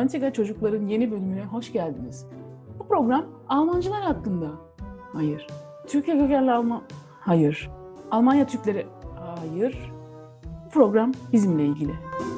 Mantıka Çocukların yeni bölümüne hoş geldiniz. Bu program Almancılar hakkında. Hayır. Türkiye kökenli Alman... Hayır. Almanya Türkleri... Hayır. Bu program bizimle ilgili.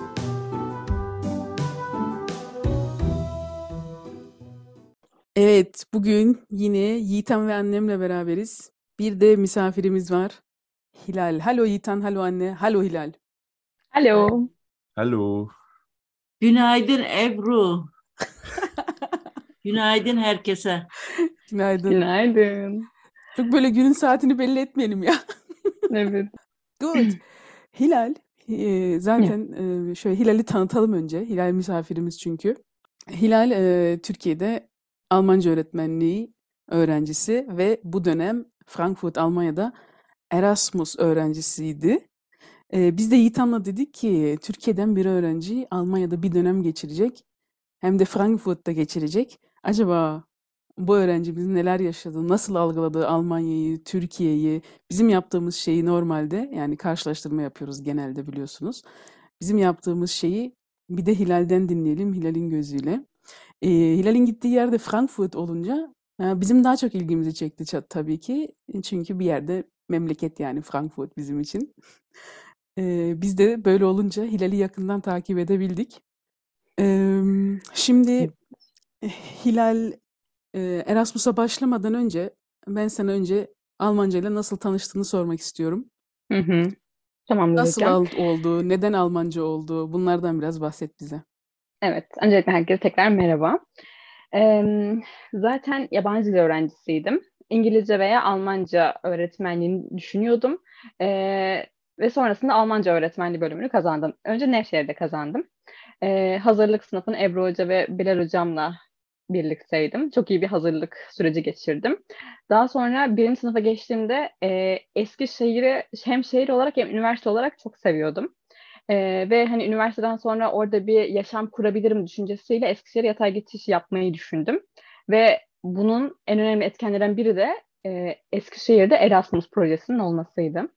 Evet, bugün yine Yiğitan ve annemle beraberiz. Bir de misafirimiz var. Hilal. Hallo Yiğitan, hallo anne, hallo Hilal. Alo. Hallo. Günaydın Ebru. Günaydın herkese. Günaydın. Günaydın. Çok böyle günün saatini belli etmeyelim ya. Evet. Good. Hilal, zaten şöyle Hilal'i tanıtalım önce. Hilal misafirimiz çünkü. Hilal Türkiye'de Almanca öğretmenliği öğrencisi ve bu dönem Frankfurt, Almanya'da Erasmus öğrencisiydi. Biz de Yiğitan'la dedik ki Türkiye'den bir öğrenci Almanya'da bir dönem geçirecek. Hem de Frankfurt'ta geçirecek. Acaba bu öğrencimiz neler yaşadı, nasıl algıladı Almanya'yı, Türkiye'yi, bizim yaptığımız şeyi normalde, yani karşılaştırma yapıyoruz genelde biliyorsunuz. Bizim yaptığımız şeyi bir de Hilal'den dinleyelim, Hilal'in gözüyle. Hilal'in gittiği yerde Frankfurt olunca bizim daha çok ilgimizi çekti tabii ki. Çünkü bir yerde memleket yani Frankfurt bizim için. Biz de böyle olunca Hilal'i yakından takip edebildik. Şimdi Hilal Erasmus'a başlamadan önce ben sana önce Almanca ile nasıl tanıştığını sormak istiyorum. Hı hı. Tamamdır Nasıl hocam. oldu, neden Almanca oldu? Bunlardan biraz bahset bize. Evet. Öncelikle herkese tekrar merhaba. Zaten yabancı dil öğrencisiydim. İngilizce veya Almanca öğretmenliğini düşünüyordum. Ve sonrasında Almanca öğretmenliği bölümünü kazandım. Önce Nevşehir'de kazandım. Hazırlık sınıfını Ebru Hoca ve Bilal Hocam'la birlikteydim. Çok iyi bir hazırlık süreci geçirdim. Daha sonra birinci sınıfa geçtiğimde Eskişehir'i hem şehir olarak hem üniversite olarak çok seviyordum. Ve hani üniversiteden sonra orada bir yaşam kurabilirim düşüncesiyle Eskişehir'e yatay geçiş yapmayı düşündüm. Ve bunun en önemli etkenlerinden biri de Eskişehir'de Erasmus projesinin olmasıydı.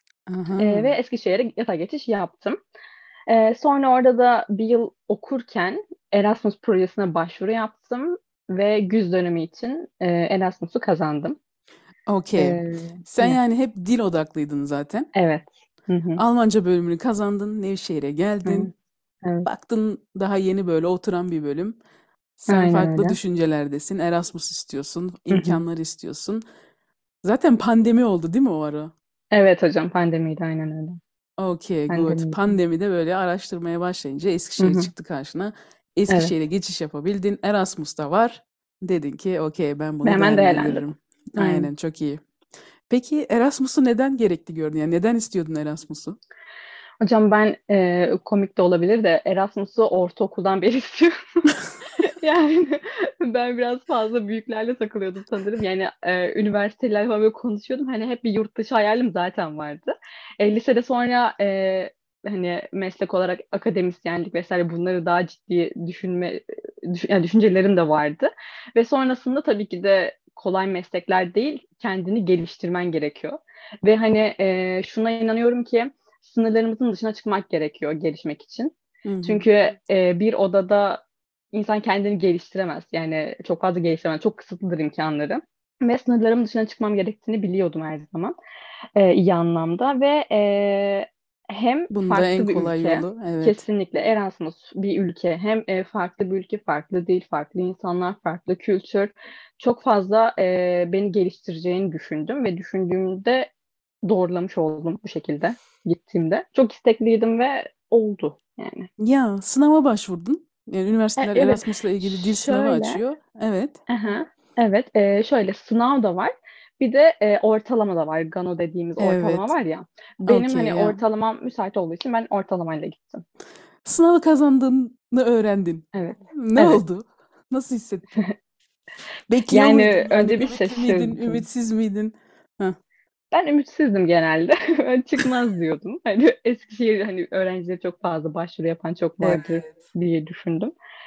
Ve Aha. Eskişehir'e yatay geçiş yaptım. Sonra orada da bir yıl okurken Erasmus projesine başvuru yaptım ve güz dönemi için Erasmus'u kazandım. Okey. Ee, Sen ya, yani hep dil odaklıydın zaten. evet. Hı hı. Almanca bölümünü kazandın, Nevşehir'e Evet. geldin. Evet. Baktın daha yeni böyle oturan bir bölüm. Sen Aynen farklı öyle. düşüncelerdesin. Erasmus istiyorsun, Hı hı. imkanlar istiyorsun. Zaten pandemi oldu değil mi o ara? Evet hocam, pandemiydi, aynen öyle. Okay, good. Pandemiydi. Pandemide böyle araştırmaya başlayınca Hı Eskişehir hı. çıktı karşına. Evet. Eskişehir'e geçiş yapabildin. Erasmus da var. Dedin ki okey ben Ben bunu hemen değerlendirdim. değerlendiririm. Aynen. Aynen çok iyi. Peki Erasmus'u neden gerekli gördün? Yani neden istiyordun Erasmus'u? Hocam ben komik de olabilir de Erasmus'u ortaokuldan beri istiyorum. Yani ben biraz fazla büyüklerle takılıyordum sanırım. Yani üniversiteler falan böyle konuşuyordum. Hani hep bir yurt dışı hayalim zaten vardı. Lisede sonra hani meslek olarak akademisyenlik vesaire bunları daha ciddi yani düşüncelerim de vardı. Ve sonrasında tabii ki de kolay meslekler değil, kendini geliştirmen gerekiyor. Ve hani şuna inanıyorum ki sınırlarımızın dışına çıkmak gerekiyor gelişmek için. Hı hı. Çünkü bir odada insan kendini geliştiremez. Yani çok fazla geliştiremez. Çok kısıtlıdır imkanları. Ve sınırlarımın dışına çıkmam gerektiğini biliyordum her zaman. İyi anlamda. Ve hem Bunda en farklı bir kolay ülke, yolu evet. kesinlikle Erasmus bir ülke. Hem farklı bir ülke, farklı dil, farklı insanlar, farklı kültür. Çok fazla beni geliştireceğini düşündüm. Ve düşündüğümde doğrulamış oldum bu şekilde gittiğimde. Çok istekliydim ve oldu yani. Ya sınava başvurdun. Yani üniversiteler Evet, Erasmus'la ilgili dil sınavı şöyle, açıyor. Evet. aha, evet, şöyle sınav da var. Bir de ortalama da var. Gano dediğimiz ortalama Evet. var ya. Benim Okey hani ya. ortalamam müsait olduğu için ben ortalamayla gittim. Sınavı kazandığını öğrendin. Evet, Ne evet. oldu? Nasıl hissettin? Bekliyor muydun? Yani Yani önce bir ümitli miydin, şaşırdım. ümitsiz miydin? Heh. Ben ümitsizdim genelde. Ben çıkmaz diyordum. Hani Eskişehir hani öğrencileri çok fazla başvuru yapan çok vardır Evet. diye düşündüm.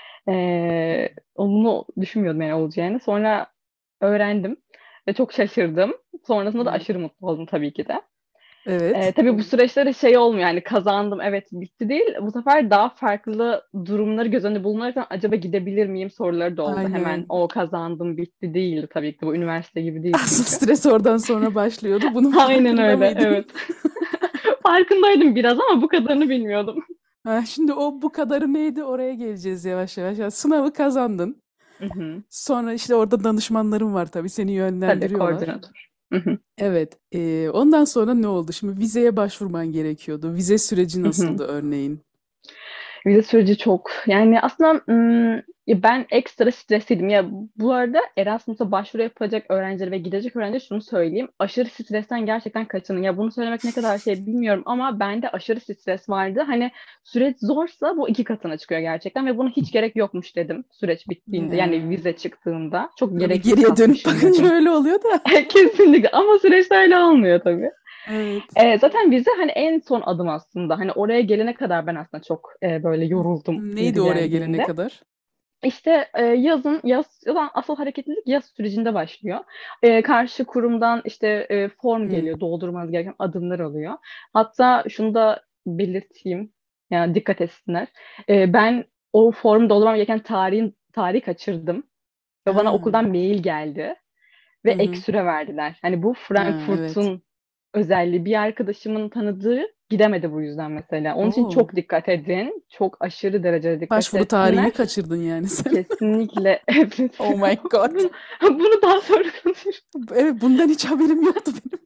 Onu düşünmüyordum yani olacağını. Sonra öğrendim ve çok şaşırdım. Sonrasında da Evet. aşırı mutlu oldum tabii ki de. Evet. Tabii bu süreçte de şey olmuyor yani kazandım evet bitti değil. Bu sefer daha farklı durumları göz önünde bulunurken acaba gidebilir miyim soruları da oldu. Hemen Aynen. o kazandım bitti değildi tabii ki, bu üniversite gibi değil Asıl çünkü. stres oradan sonra başlıyordu. Bunun Aynen farkında öyle, mıydın? evet. Farkındaydım biraz ama bu kadarını bilmiyordum. Şimdi bu kadarı neydi? Oraya geleceğiz yavaş yavaş. Yani sınavı kazandın. Hı hı. Sonra işte orada danışmanların var tabii, seni Tabii yönlendiriyorlar. koordinatör. Hı hı. Evet. Ondan sonra ne oldu? Şimdi vizeye başvurman gerekiyordu. Vize süreci Hı hı. nasıldı örneğin? Vize süreci çok. Yani aslında ya ben ekstra stresliydim. Ya bu arada Erasmus'a başvuru yapacak öğrenciler ve gidecek öğrenciler şunu söyleyeyim. Aşırı stresten gerçekten kaçının. Ya bunu söylemek ne kadar şey bilmiyorum ama bende aşırı stres vardı. Hani süreç zorsa bu iki katına çıkıyor gerçekten ve buna hiç gerek yokmuş dedim süreç bittiğinde. Yani Ya. vize çıktığında. Çok Tabii gereksiz geriye dönüp kasmışım bakınca dedim. öyle oluyor da. Kesinlikle ama süreçte öyle olmuyor tabii. Evet. Zaten vize hani en son adım aslında. Hani oraya gelene kadar ben aslında çok böyle yoruldum Neydi yeri oraya gelene geldiğinde. kadar? İşte yazın asıl hareketlilik yaz sürecinde başlıyor. Karşı kurumdan işte form Hmm. geliyor, doldurmanız gereken adımlar alıyor. Hatta şunu da belirteyim, yani dikkat etsinler. Ben o formu doldurmam gereken tarihi kaçırdım ve bana Ha. okuldan mail geldi ve Hı ek hı. süre verdiler. Hani bu Ha, evet. Frankfurt'un özelliği, bir arkadaşımın tanıdığı gidemedi bu yüzden mesela. Onun için Oo. çok dikkat edin. Çok aşırı derecede dikkat Başvuru tarihini etsinler. kaçırdın yani sen. Kesinlikle evet. Oh my God. Bunu, bunu daha sonra konuşuruz. Evet, bundan hiç haberim yoktu benim.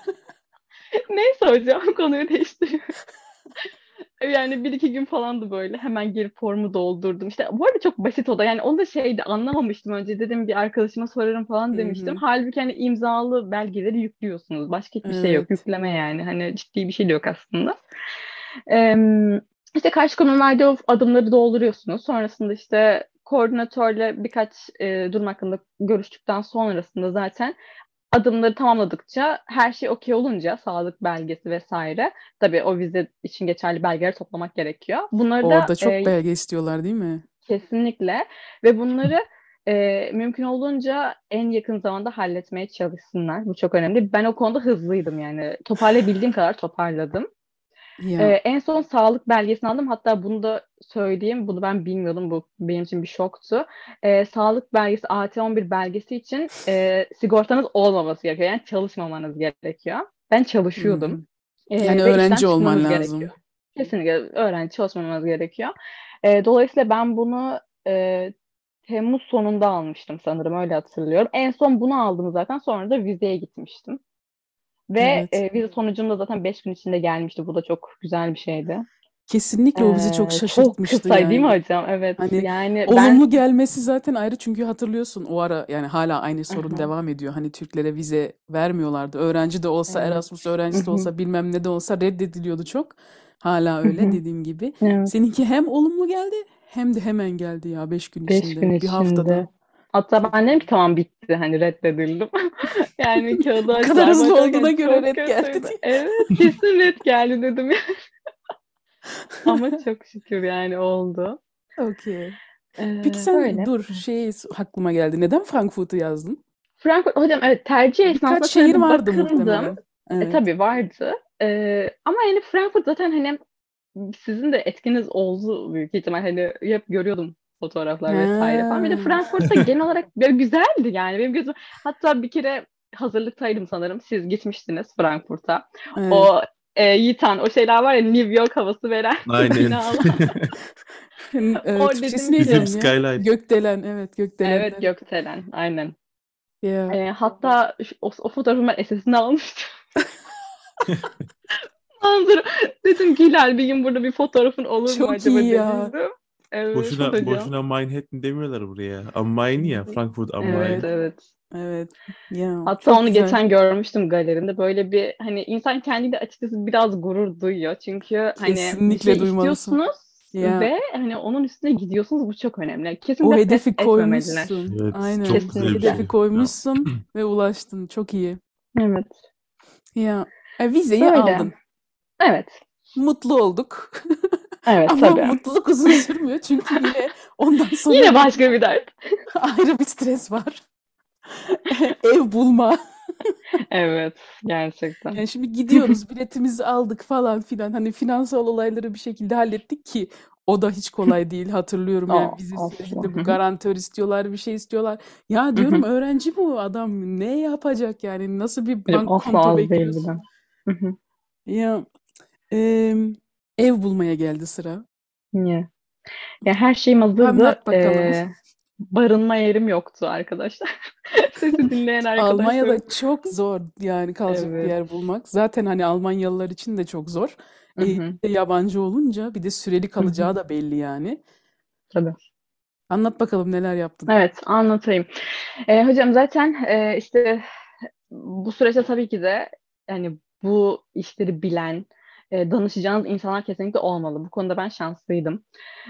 Neyse hocam, konuyu değiştiriyorum. Yani bir iki gün falandı böyle. Hemen girip formu doldurdum. İşte bu arada çok basit o da. Yani onu da şeydi, anlamamıştım önce. Dedim bir arkadaşıma sorarım falan Hı demiştim. hı. Halbuki hani imzalı belgeleri yüklüyorsunuz. Başka hiçbir şey yok. Evet. Yükleme yani. Hani ciddi bir şey de yok aslında. Ee, işte karşı konunun verdiği o adımları dolduruyorsunuz. Sonrasında işte koordinatörle birkaç durum hakkında görüştükten sonrasında zaten adımları tamamladıkça her şey okey olunca sağlık belgesi vesaire, tabii o vize için geçerli belgeleri toplamak gerekiyor. Bunları da Orada çok belge istiyorlar değil mi? kesinlikle ve bunları mümkün olduğunca en yakın zamanda halletmeye çalışsınlar. Bu çok önemli. Ben o konuda hızlıydım yani. Toparlayabildiğim kadar toparladım. Ya. En son sağlık belgesini aldım. Hatta bunu da söyleyeyim. Bunu ben bilmiyordum. Bu benim için bir şoktu. Sağlık belgesi, AT11 belgesi için sigortanız olmaması gerekiyor. Yani çalışmamanız gerekiyor. Ben Hı çalışıyordum. hı. Yani Ve işten öğrenci olman çıkmanız gerekiyor. lazım. Kesinlikle öğrenci çalışmamanız gerekiyor. Dolayısıyla ben bunu Temmuz sonunda almıştım sanırım. Öyle hatırlıyorum. En son bunu aldım zaten. Sonra da vizeye gitmiştim. Ve Evet. vize sonucum da zaten 5 gün içinde gelmişti. Bu da çok güzel bir şeydi. Kesinlikle o bizi çok Çok şaşırtmıştı kısa değil mi yani. hocam? Evet. Hani Yani ben olumlu gelmesi zaten ayrı, çünkü hatırlıyorsun o ara yani hala aynı sorun Aha, devam ediyor. Hani Türklere vize vermiyorlardı. Öğrenci de olsa, evet. Erasmus öğrencisi de Mhm, olsa, bilmem ne de olsa reddediliyordu çok. Hala öyle mhm. dediğim gibi. Evet. Seninki hem olumlu geldi hem de hemen geldi ya, 5 gün 5 gün içinde, bir haftada. içinde. Hatta Çok ben dedim ki iyi. tamam bitti. Hani reddedildim. Yani kağıdı Bu kadar sayfa hızlı olduğuna açarken göre çok red geldi kötüydü. diye. Evet, kesin red geldi dedim. Ama çok şükür yani oldu. Okey. Peki sen Öyle. dur, aklıma geldi. Neden Frankfurt'u yazdın? Frankfurt hocam, evet, tercih Birkaç esnasında şöyle şehir bir vardı bakındım. muhtemelen. Evet. Tabii vardı. Ama yani Frankfurt zaten hani sizin de etkiniz oldu büyük ihtimal. Hani hep görüyordum fotoğraflar vesaire falan. Bir de Ha, Frankfurt'ta genel olarak böyle güzeldi yani. Benim gözüm, hatta bir kere hazırlıktaydım sanırım. Siz gitmiştiniz Frankfurt'a. evet. O Yiğitan, o şeyler var ya, New York havası veren Aynen. binalar. O Türkçesi dedim neydi Bizim ki onun ya? Skyline. Gökdelen. Evet, evet, gökdelenler. gökdelen aynen. Ya. Hatta o fotoğrafı ben SS'ini almıştım. Manzara. Dedim ki Hilal, bir gün burada bir fotoğrafın olur mu Çok acaba iyi ya. dedim. Evet Boşuna hocam. boşuna Manhattan demiyorlar buraya. Am Main ya. Frankfurt am Evet, Evet. Main. evet. Evet. Ya Hatta çok onu güzel. geçen görmüştüm galerinde. Böyle bir hani insan kendiyle açıkçası biraz gurur duyuyor. Çünkü hani bir Kesinlikle şey duymalısın. istiyorsunuz Ya ve hani onun üstüne gidiyorsunuz. Bu çok önemli. o Kesinlikle pes hedefi etmemeliler. koymuşsun. Evet, çok Aynen. güzel bir Kesinlikle. Hedefi şey. Ya. koymuşsun ve ulaştın. Çok iyi. Evet. Ya vizeyi Böyle. aldın. Evet. Mutlu olduk. Evet Ama tabii. mutluluk uzun sürmüyor, çünkü yine ondan sonra Yine başka bir dert. ayrı bir stres var. Ev bulma. Evet, gerçekten. Yani şimdi gidiyoruz, biletimizi aldık falan filan. Hani finansal olayları bir şekilde hallettik ki o da hiç kolay değil. Hatırlıyorum yani vize Asla. sürecinde bu garantör istiyorlar, bir şey istiyorlar. Ya Hı diyorum hı. öğrenci bu adam ne yapacak yani? Nasıl bir Hocam bank asla konto az değil bir de. bekliyorsun? Hı hı. Ya em, ev bulmaya geldi sıra. Niye? Ya her şeyim hazırdı. Anlat bakalım. Barınma yerim yoktu arkadaşlar. Sesi dinleyen arkadaşlarım. Almanya'da çok zor yani kalacak bir Evet. yer bulmak. Zaten hani Almanyalılar için de çok zor. Hı hı. Bir de yabancı olunca bir de süreli Hı hı. kalacağı da belli yani. Tabii. Anlat bakalım neler yaptın. Evet, anlatayım. Hocam zaten işte bu süreçte tabii ki de yani bu işleri bilen, danışacağınız insanlar kesinlikle olmalı. Bu konuda ben şanslıydım.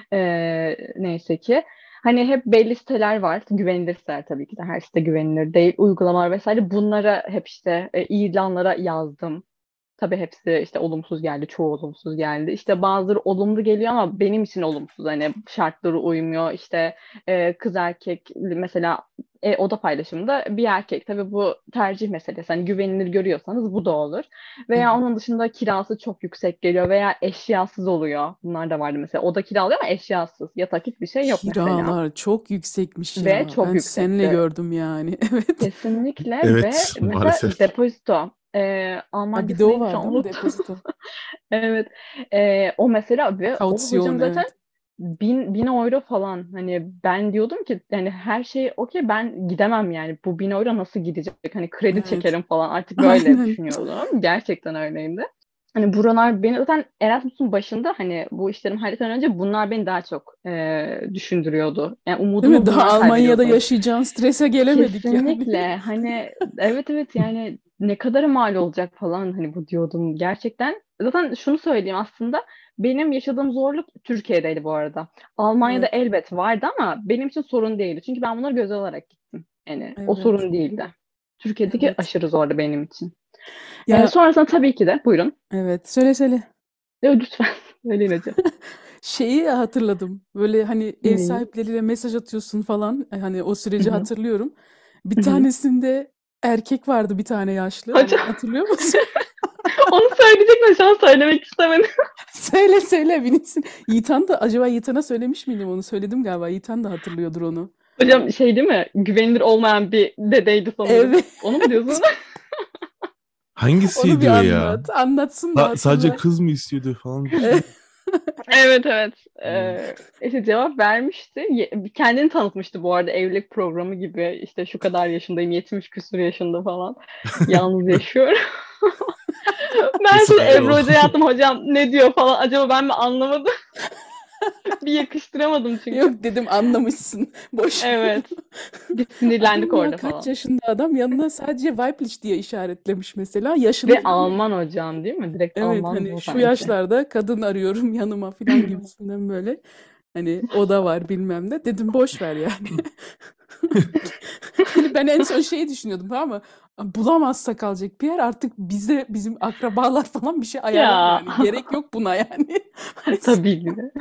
Neyse ki. Hani hep belli siteler var. Güvenilir siteler tabii ki de. Her site güvenilir değil. Uygulamalar vesaire. Bunlara hep işte ilanlara yazdım. Tabii hepsi işte olumsuz geldi, çoğu olumsuz geldi. İşte bazıları olumlu geliyor ama benim için olumsuz. Hani şartları uymuyor. İşte kız erkek mesela oda paylaşımında bir erkek. Tabii bu tercih meselesi. Hani güvenilir görüyorsanız bu da olur. Veya Evet. onun dışında kirası çok yüksek geliyor veya eşyasız oluyor. Bunlar da vardı mesela. Oda kiralıyor ama eşyasız. Yatak hiçbir şey yok mesela. Kiralar çok yüksekmiş Ve ya. çok Ben seninle yüksekti. gördüm yani. Evet. Kesinlikle ve Evet, mesela maalesef. depozito. Ha bir de Almancası o neydi şu var an değil mi? unuttum. Depozito. Evet. O mesela ve o Kausiyon hocam zaten evet. 1000 euro falan. Hani ben diyordum ki yani her şey okey ben gidemem yani. Bu 1000 euro nasıl gidecek? Hani kredi Evet. çekerim falan. Artık böyle Aynen. düşünüyordum. Gerçekten öyleydi. Hani buralar beni zaten Erasmus'un başında hani bu işlerimi halletmeden önce bunlar beni daha çok düşündürüyordu. Yani Değil mi? umudumu Daha bundan Almanya'da kaybediyordum. yaşayacağın strese gelemedik yani. Kesinlikle hani evet evet yani ne kadar mal olacak falan hani bu diyordum gerçekten. Zaten şunu söyleyeyim aslında benim yaşadığım zorluk Türkiye'deydi bu arada. Almanya'da Evet. elbet vardı ama benim için sorun değildi. Çünkü ben bunları göze alarak gittim. Yani o Evet. sorun değildi. Türkiye'deki Evet. aşırı zordu benim için. Ya Sonrasında tabii ki de buyurun. evet. Söyle söyle. Lütfen söyleyin hocam. Şeyi hatırladım. Böyle hani ev Neyi? sahipleriyle mesaj atıyorsun falan. Hani o Hı süreci hı. hatırlıyorum. Bir Hı hı. tanesinde erkek vardı bir tane yaşlı. Hocam Hatırlıyor musun? onu söyleyecektim şu an söylemek istemedim. Söyle söyle bilirsin. Yiğitan da acaba Yiğitan'a söylemiş miydim onu? Söyledim galiba. Yiğitan da hatırlıyordur onu. Hocam şey değil mi? Güvenilir olmayan bir dedeydi sanırım. Evet. Onu mu diyorsun? Onu bir Hangisiydi o ya? anlat. Anlatsın da Sadece hatırla. kız mı istiyordu falan bir şey. Evet evet. Hmm. İşte cevap vermişti. Kendini tanıtmıştı bu arada evlilik programı gibi. İşte şu kadar yaşındayım, 70 küsur yaşında falan. Yalnız yaşıyorum. Ben şimdi Vesaire o. Ebru Hoca'ya attım hocam ne diyor falan. Acaba ben mi anlamadım? Bir yakıştıramadım çünkü. Yok dedim anlamışsın. Boş ver. Evet. Bir sinirlendik Adam ya orada kaç falan. yaşında adam yanına sadece weiblich diye işaretlemiş mesela. Yaşını Ve falan. Alman hocam değil mi? Direkt Evet Alman hani bu şu sanki. yaşlarda kadın arıyorum yanıma falan gibisinden böyle. Hani o da var bilmem ne. Dedim boş ver yani. Hani ben en son şeyi düşünüyordum tamam mı? Bulamazsak kalacak bir yer artık bize bizim akrabalar falan bir şey ayarlar Ya yani. Gerek yok buna yani. Hani tabii ki de.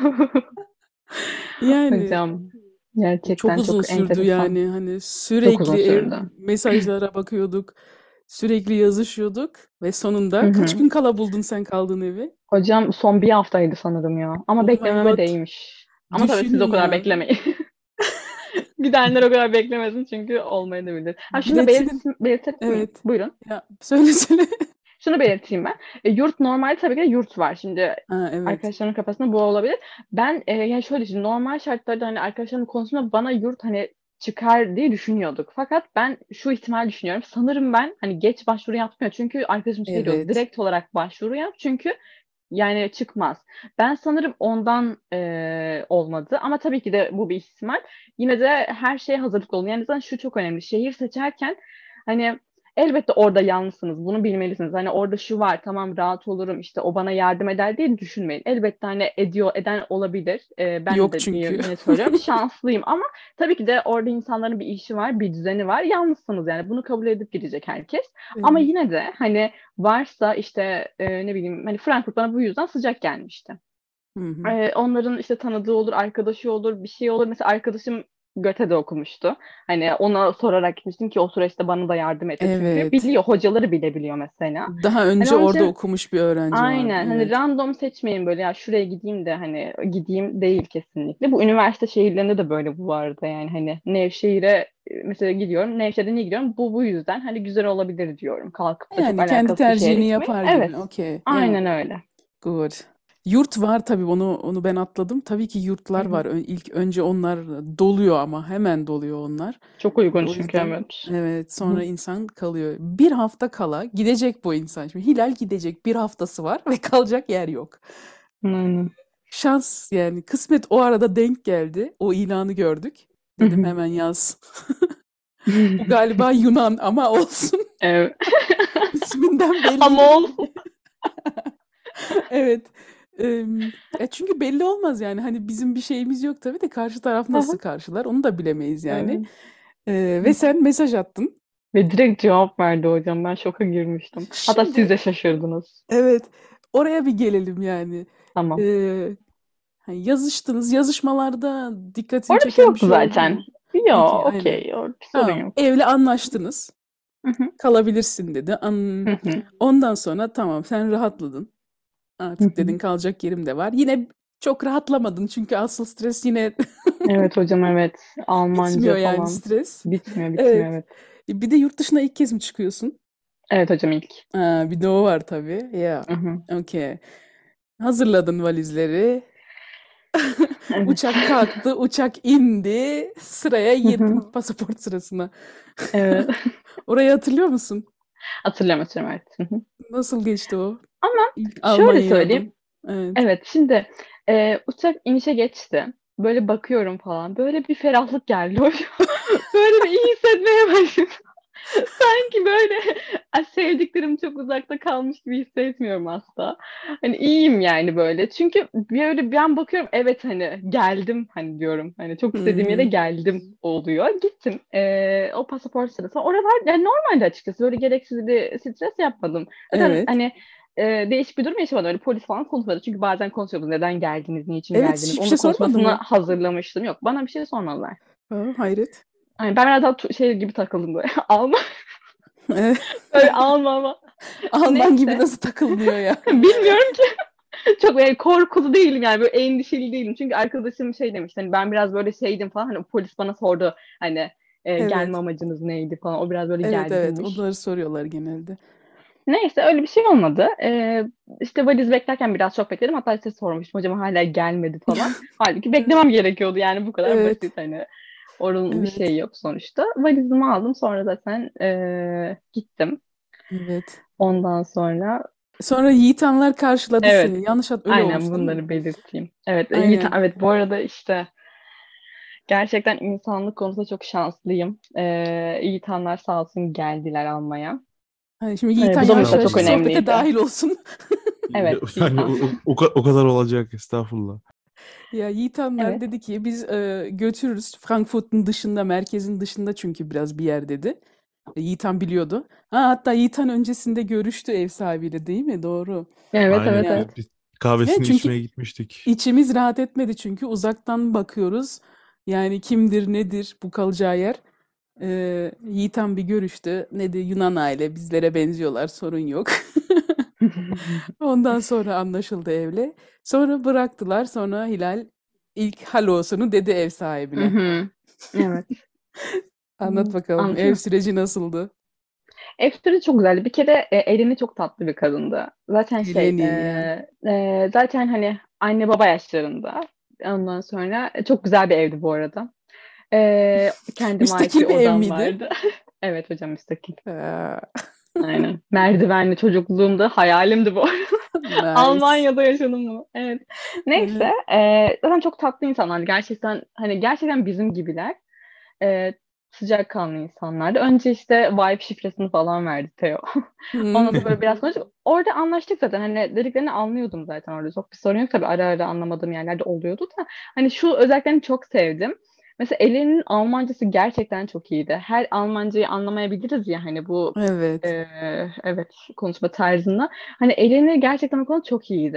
yani Hocam çok gerçekten uzun çok sürdü enteresan. yani. Hani Çok uzun sürekli sürdü. mesajlara bakıyorduk. Sürekli yazışıyorduk ve Hı sonunda kaç hı. gün kala buldun sen kaldığın evi? Hocam son bir haftaydı sanırım ya. Ama Oh my beklememe God. değmiş. Ama tabii siz Düşünün o kadar ya. beklemeyin. Gidenler o kadar beklemesin çünkü olmayabilir. Ha şunu da Biletinin belirtelim miyim? evet. Buyurun. Ya söyle söyle. Şunu belirteyim ben. Yurt normal tabii ki de yurt var. Şimdi Ha evet. arkadaşlarımın kafasında bu olabilir. Ben yani şöyle düşün. Normal şartlarda hani arkadaşlarım konusunda bana yurt hani çıkar diye düşünüyorduk. Fakat ben şu ihtimal düşünüyorum. Sanırım ben hani geç başvuru yapmıyor. Çünkü arkadaşım şey diyor. Evet. Direkt olarak başvuru yap. Çünkü yani çıkmaz. Ben sanırım ondan olmadı. Ama tabii ki de bu bir ihtimal. Yine de her şeye hazırlıklı olun. Yani zaten şu çok önemli. Şehir seçerken hani elbette orada yalnızsınız. Bunu bilmelisiniz. Hani orada şu var tamam rahat olurum işte o bana yardım eder diye düşünmeyin. Elbette hani eden olabilir. Ben Yok de çünkü. yine söylüyorum. Şanslıyım ama tabii ki de orada insanların bir işi var, bir düzeni var. Yalnızsınız yani bunu kabul edip gidecek herkes. Ama Evet. yine de hani varsa işte ne bileyim hani Frankfurt bana bu yüzden sıcak gelmişti. Hı hı. Onların işte tanıdığı olur, arkadaşı olur, bir şey olur. Mesela arkadaşım Goethe'de okumuştu. Hani ona sorarak gitmiştim ki o süreçte bana da yardım etti. Çünkü Evet. biliyor, hocaları bile biliyor mesela. Daha Hani önce onun orada için okumuş bir öğrenci vardı. aynen hani Evet. random seçmeyin böyle ya şuraya gideyim de hani gideyim değil kesinlikle. Bu üniversite şehirlerinde de böyle bu arada yani hani Nevşehir'e mesela gidiyorum. Nevşehir'e niye gidiyorum? Bu yüzden hani güzel olabilir diyorum. Kalkıp da çok Yani kendi alakasız bir şehre tercihini gitmeyi. yapar Evet. gibi. Okey. Ya. Aynen öyle. Good. Yurt var tabii onu ben atladım. Tabii ki Hı yurtlar hı. var. İlk önce onlar doluyor ama hemen doluyor onlar. Çok uygun O çünkü yüzden evet. evet Hı hı. sonra insan kalıyor. Bir hafta kala gidecek bu insan. Şimdi Hilal gidecek bir haftası var ve kalacak yer yok. Aynen. Şans yani kısmet o arada denk geldi. O ilanı gördük. Hı Dedim hı. hemen yaz. Bu galiba Yunan ama olsun. Evet. İsminden Ama belliydi olsun. çünkü. Evet. Çünkü belli olmaz yani. Hani bizim bir şeyimiz yok tabii de karşı taraf Hı nasıl hı. karşılar onu da bilemeyiz yani. Evet. Ve sen mesaj attın. Ve direkt cevap verdi hocam. Ben şoka girmiştim. Hatta siz Şimdi de şaşırdınız. evet oraya bir gelelim yani. Tamam. Ee, hani yazıştınız. Yazışmalarda dikkatini Orada bir şey çeken bir yoktu şey oldu zaten. mu? Yo, Okey, aynen. okey. Orada bir sorun Tamam. yok. Evle anlaştınız. Hı hı. Kalabilirsin dedi. Hı hı. Ondan sonra tamam sen rahatladın. Hı Artık hı. dedin kalacak yerim de var. Yine çok rahatlamadın çünkü asıl stres yine Evet hocam evet. Almanca bitmiyor yani falan. stres. Bitmiyor bitmiyor Evet. evet. Bir de yurt dışına ilk kez mi çıkıyorsun? Evet hocam ilk. Bir de o var tabii. Ya. Hı hı. Okey. Hazırladın valizleri. Evet. Uçak kalktı, uçak indi. Sıraya Hı girdin hı. pasaport sırasına. Evet. Orayı hatırlıyor musun? Hatırlıyorum hatırlıyorum evet. Hı hı. Nasıl geçti o? Ama İlk şöyle Almanya söyleyeyim. adım. Evet. Evet şimdi uçak inişe geçti. Böyle bakıyorum falan. Böyle bir ferahlık geldi hocam. Böyle bir iyi hissetmeye başladım. Sanki böyle sevdiklerim çok uzakta kalmış gibi hissetmiyorum asla. Hani iyiyim yani böyle. Çünkü böyle ben bakıyorum evet hani geldim hani diyorum. Hani çok Hı istediğim yere hı. geldim oluyor. Gittim. O pasaport sırası. Oralar yani normalde açıkçası böyle gereksiz bir stres yapmadım. Zaten Evet. hani değişik bir durum yaşamadım. Öyle polis falan konuşmadı. Çünkü bazen konuşuyoruz. Neden geldiniz? Niçin Evet, geldiniz? hiçbir Onun şey da sormadı konuşmasını mı? hazırlamıştım. Yok bana bir şey sormadılar. Hayret. Yani ben biraz daha şey gibi takıldım böyle. Alman Evet. böyle Alman. Alman gibi Neyse. nasıl takılmıyor ya? Bilmiyorum ki. Çok böyle korkulu değilim yani böyle endişeli değilim. Çünkü arkadaşım şey demiş hani ben biraz böyle şeydim falan hani polis bana sordu hani gelme Evet. amacınız neydi falan. O biraz böyle Evet evet. gerginmiş. Onları soruyorlar genelde. Neyse öyle bir şey olmadı. İşte valiz beklerken biraz çok bekledim. Hatta size sormuştum hocam hala gelmedi falan. Halbuki Evet. beklemem gerekiyordu yani bu kadar Evet. basit hani. Onun bir Evet. şey yok sonuçta. Valizimi aldım sonra zaten gittim. Evet. Ondan sonra Sonra Yiğitanlar karşıladı evet seni. Yanlış öyle aynen olmuş değil mi? bunları belirteyim. Evet Yiğit, Aynen. evet bu arada işte gerçekten insanlık konusunda çok şanslıyım. Yiğitanlar sağ olsun geldiler almaya. Hani şimdi Yiğitan Bu da yavaş mesela yavaş çok Estağfurullah. sohbete önemliydi. dahil olsun. Evet Yani Yiğitan. o kadar olacak estağfurullah. Ya Yiğitanlar Evet. dedi ki biz götürürüz. Frankfurt'un dışında, merkezin dışında çünkü biraz bir yer dedi. Yiğitan biliyordu. Hatta Yiğitan öncesinde görüştü ev sahibiyle değil mi? Doğru. Evet evet Aynen Ya. evet. biz Yani kahvesini çünkü içmeye gitmiştik. içimiz rahat etmedi çünkü uzaktan bakıyoruz. Yani kimdir, nedir bu kalacağı yer? Yiğitan bir görüştü. Ne de Yunan aile bizlere benziyorlar, sorun yok. Ondan sonra anlaşıldı evle. Sonra bıraktılar. Sonra Hilal ilk halosunu dedi ev Hı sahibine. hı. Evet. Anlat bakalım ev Anlatayım mı? süreci nasıldı? F çok güzeldi. Bir kere Eleni çok tatlı bir kadındı. Zaten Eleni ya. zaten hani anne baba yaşlarında. Ondan sonra çok güzel bir evdi bu arada. Kendime ait bir Müstakil bir ev odam miydi? vardı. Evet hocam müstakil. Aa, Aynen. Merdivenli çocukluğumda hayalimdi bu. nice. Almanya'da yaşadım bunu. Evet. Neyse. Evet. Zaten çok tatlı insanlardı. Gerçekten hani gerçekten bizim gibiler. E, Sıcakkanlı insanlardı. Önce işte Vibe şifresini falan verdi Teo. Hmm. Ondan sonra böyle biraz konuştuk. Orada anlaştık zaten. Hani dediklerini anlıyordum zaten orada. Çok bir sorun yok. Tabii ara ara anlamadığım yerlerde oluyordu da. Hani şu özelliklerini çok sevdim. Mesela Ellen'in Almancası gerçekten çok iyiydi. Her Almancayı anlamayabiliriz ya hani bu Evet. evet konuşma tarzında. Hani Eleni gerçekten o konuda çok iyiydi.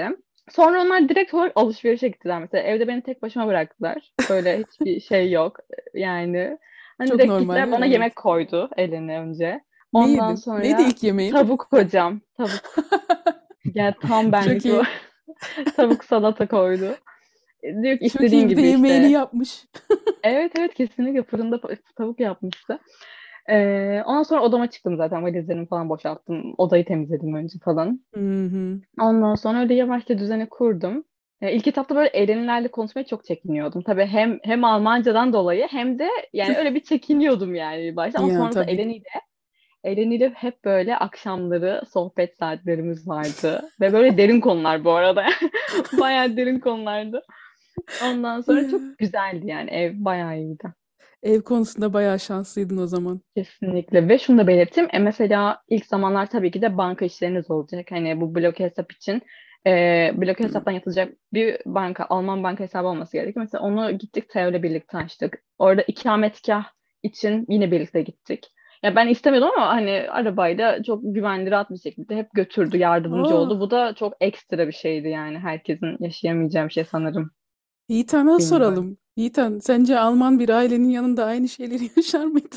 Sonra onlar direkt olarak alışverişe gittiler mesela. Evde beni tek başıma bıraktılar. Böyle hiçbir şey yok yani. Hani Çok direkt normal, gittiler bana evet. yemek koydu eline önce. Ne Ondan yedin? Neydi sonra ilk yemeğin? tavuk hocam. Tavuk. Yani tam Çok benlik bu. iyi. Tavuk salata koydu. Diyor ki Çok iyi. istediğin Bir de gibi yemeğini işte. yapmış. Evet evet kesinlikle fırında tavuk yapmıştı. Ondan sonra odama çıktım zaten. Valizlerimi falan boşalttım. Odayı temizledim önce falan. Hı hı. Ondan sonra öyle yavaşça düzeni kurdum. İlk etapta böyle Erenlerle konuşmaya çok çekiniyordum. Tabii hem Almancadan dolayı hem de yani öyle bir çekiniyordum yani başta. Ama Ya sonrasında tabii. Eleni'yle hep böyle akşamları sohbet saatlerimiz vardı. Ve böyle derin konular bu arada. Bayağı derin konulardı. Ondan sonra çok Ya. güzeldi yani. Ev bayağı iyiydi. Ev konusunda bayağı şanslıydın o zaman. Kesinlikle ve şunu da belirteyim. Mesela ilk zamanlar tabii ki de banka işleriniz olacak. Hani bu blok hesap için blok hesaptan yatılacak bir banka, Alman banka hesabı olması gerekiyor. Mesela onu gittik Teo'yla birlikte açtık. Orada ikametgah için yine birlikte gittik. Ya ben istemiyordum ama hani arabayla çok güvenli, rahat bir şekilde hep götürdü, yardımcı Oh. oldu. Bu da çok ekstra bir şeydi yani. Herkesin yaşayamayacağı bir şey sanırım. Yiğitan'a Bilmiyorum. soralım. Yiğitan, sence Alman bir ailenin yanında aynı şeyleri yaşar mıydı?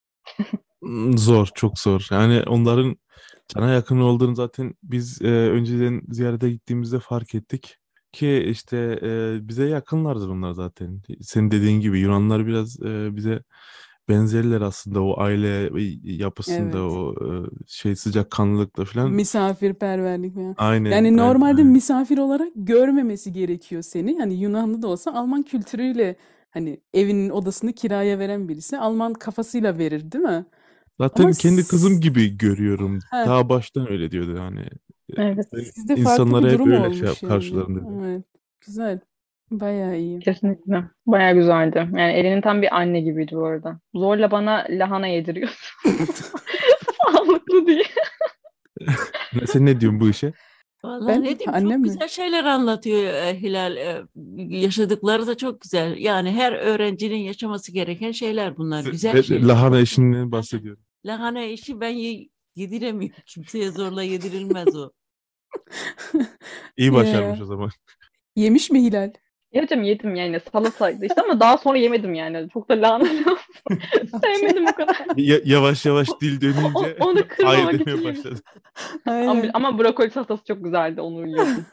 Zor, çok zor. Yani onların sana yakın olduğunu zaten biz önceden ziyarete gittiğimizde fark ettik. Ki işte bize yakınlardır onlar zaten. Senin dediğin gibi Yunanlar biraz bize benzerler aslında o aile yapısında Evet. o şey sıcakkanlılıkla falan. Misafirperverlik falan. Aynen, Yani aynen, normalde aynen. misafir olarak görmemesi gerekiyor seni. Hani Yunanlı da olsa Alman kültürüyle hani evinin odasını kiraya veren birisi Alman kafasıyla verir, değil mi? Ama Zaten kendi kızım gibi görüyorum. heh, Daha baştan öyle diyordu yani. Ben Evet, sizde farklı bir insanlara hep durum öyle şey olmuş yani. karşılarım dedi. Evet. Güzel. Bayağı iyi. kesinlikle. Bayağı güzeldi. Yani Elinin tam bir anne gibiydi bu arada. Zorla bana lahana yediriyordu. Sağlıklı diye. Sen ne diyorsun bu işe? Vallahi Ben ne diyeyim annem çok mi? güzel şeyler anlatıyor Hilal. Yaşadıkları da çok güzel. Yani her öğrencinin yaşaması gereken şeyler bunlar. Güzel Ben şeyler. lahana işinden Aha. bahsediyorum. Lahana işi ben yediremiyorum. Kimseye zorla yedirilmez o. İyi başarmış Ya. o zaman. Yemiş mi Hilal? Ya hocam yedim yani salataydı işte ama daha sonra yemedim yani. Çok da lahana falan Okey. sevmedim o kadar. Yavaş yavaş dil dönünce Onu hayır kırmamak için demeye yemiştim. başladı. Aynen. Ama brokoli salatası çok güzeldi. Onu yiyordum.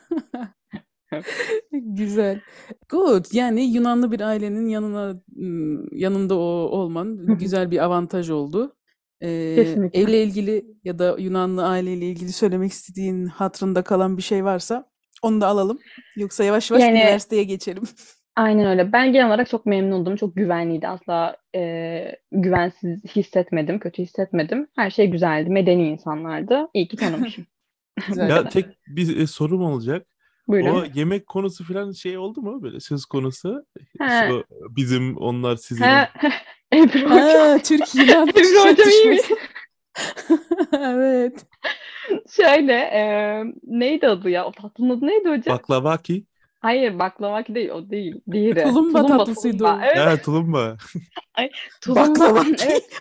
Güzel. Good. Yani Yunanlı bir ailenin yanında olman güzel bir avantaj oldu. Kesinlikle. Evle ilgili ya da Yunanlı aileyle ilgili söylemek istediğin hatırında kalan bir şey varsa onu da alalım. Yoksa yavaş yavaş Yani üniversiteye geçelim. aynen öyle. Ben genel olarak çok memnundum. Çok güvenliydi. Asla güvensiz hissetmedim. Kötü hissetmedim. Her şey güzeldi. Medeni insanlardı. İyi ki tanımışım. Bu Güzel. Ya kadar. tek bir sorum olacak. O Buyurun. yemek konusu falan şey oldu mu böyle söz konusu? Ha, Şu bizim onlar sizin. ha, Ebru hocam. Ha, Türk-Yunan Ebru hocam iyi mi? çatışması. Evet. Şöyle, neydi adı ya? O tatlının adı neydi hocam? Baklavaki. Hayır, baklavaki değil, o değil. Diğeri. Tulumba Tulumba, tatlısıydı tulumba. o. Evet, Ya tulumba. ay, tulumba. Baklavaki. Evet.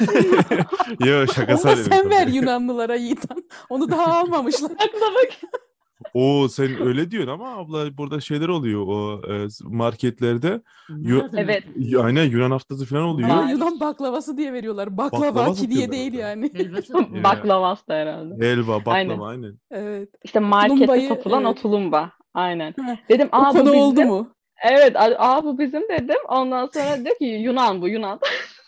Yo şaka Onu da söyledim sen ver tabii. Yunanlılara Yiğitan. Onu daha almamışlar. Baklavaki. O sen öyle diyorsun ama abla burada şeyler oluyor o marketlerde. Ne adı ne? Evet, Aynen Yunan haftası falan Ama oluyor. var. Yunan baklavası diye veriyorlar. Baklava Baklavaki diye satıyorlar değil orada. yani. Helvası da mı? Ya, Baklavas da herhalde. helva, Aynen. baklava aynen. Evet. İşte markette Tulumbayı satılan o evet. tulumba. Aynen. Heh, Dedim, o bu konu oldu bizim. mu? Evet, bu bizim dedim. Ondan sonra diyor ki Yunan bu, Yunan.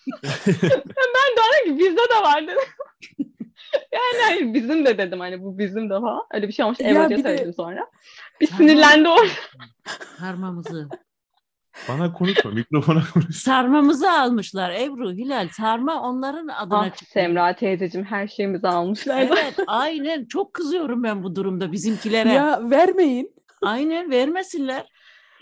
Ben de dedim ki bizde de var dedim. Yani hayır bizim de dedim hani bu bizim de falan. Öyle bir şey olmuş. Ev Ya Hoca'ya bir söyledim de sonra. Bir sinirlendi Sarmamızı o. almışlar. Sarmamızı. Bana konuşma, mikrofona konuş. Sarmamızı almışlar Ebru, Hilal. Sarma onların adına Ah çıktı. Semra teyzeciğim her şeyimizi almışlardı. Evet, aynen. Çok kızıyorum ben bu durumda bizimkilere. ya vermeyin. Aynen vermesinler.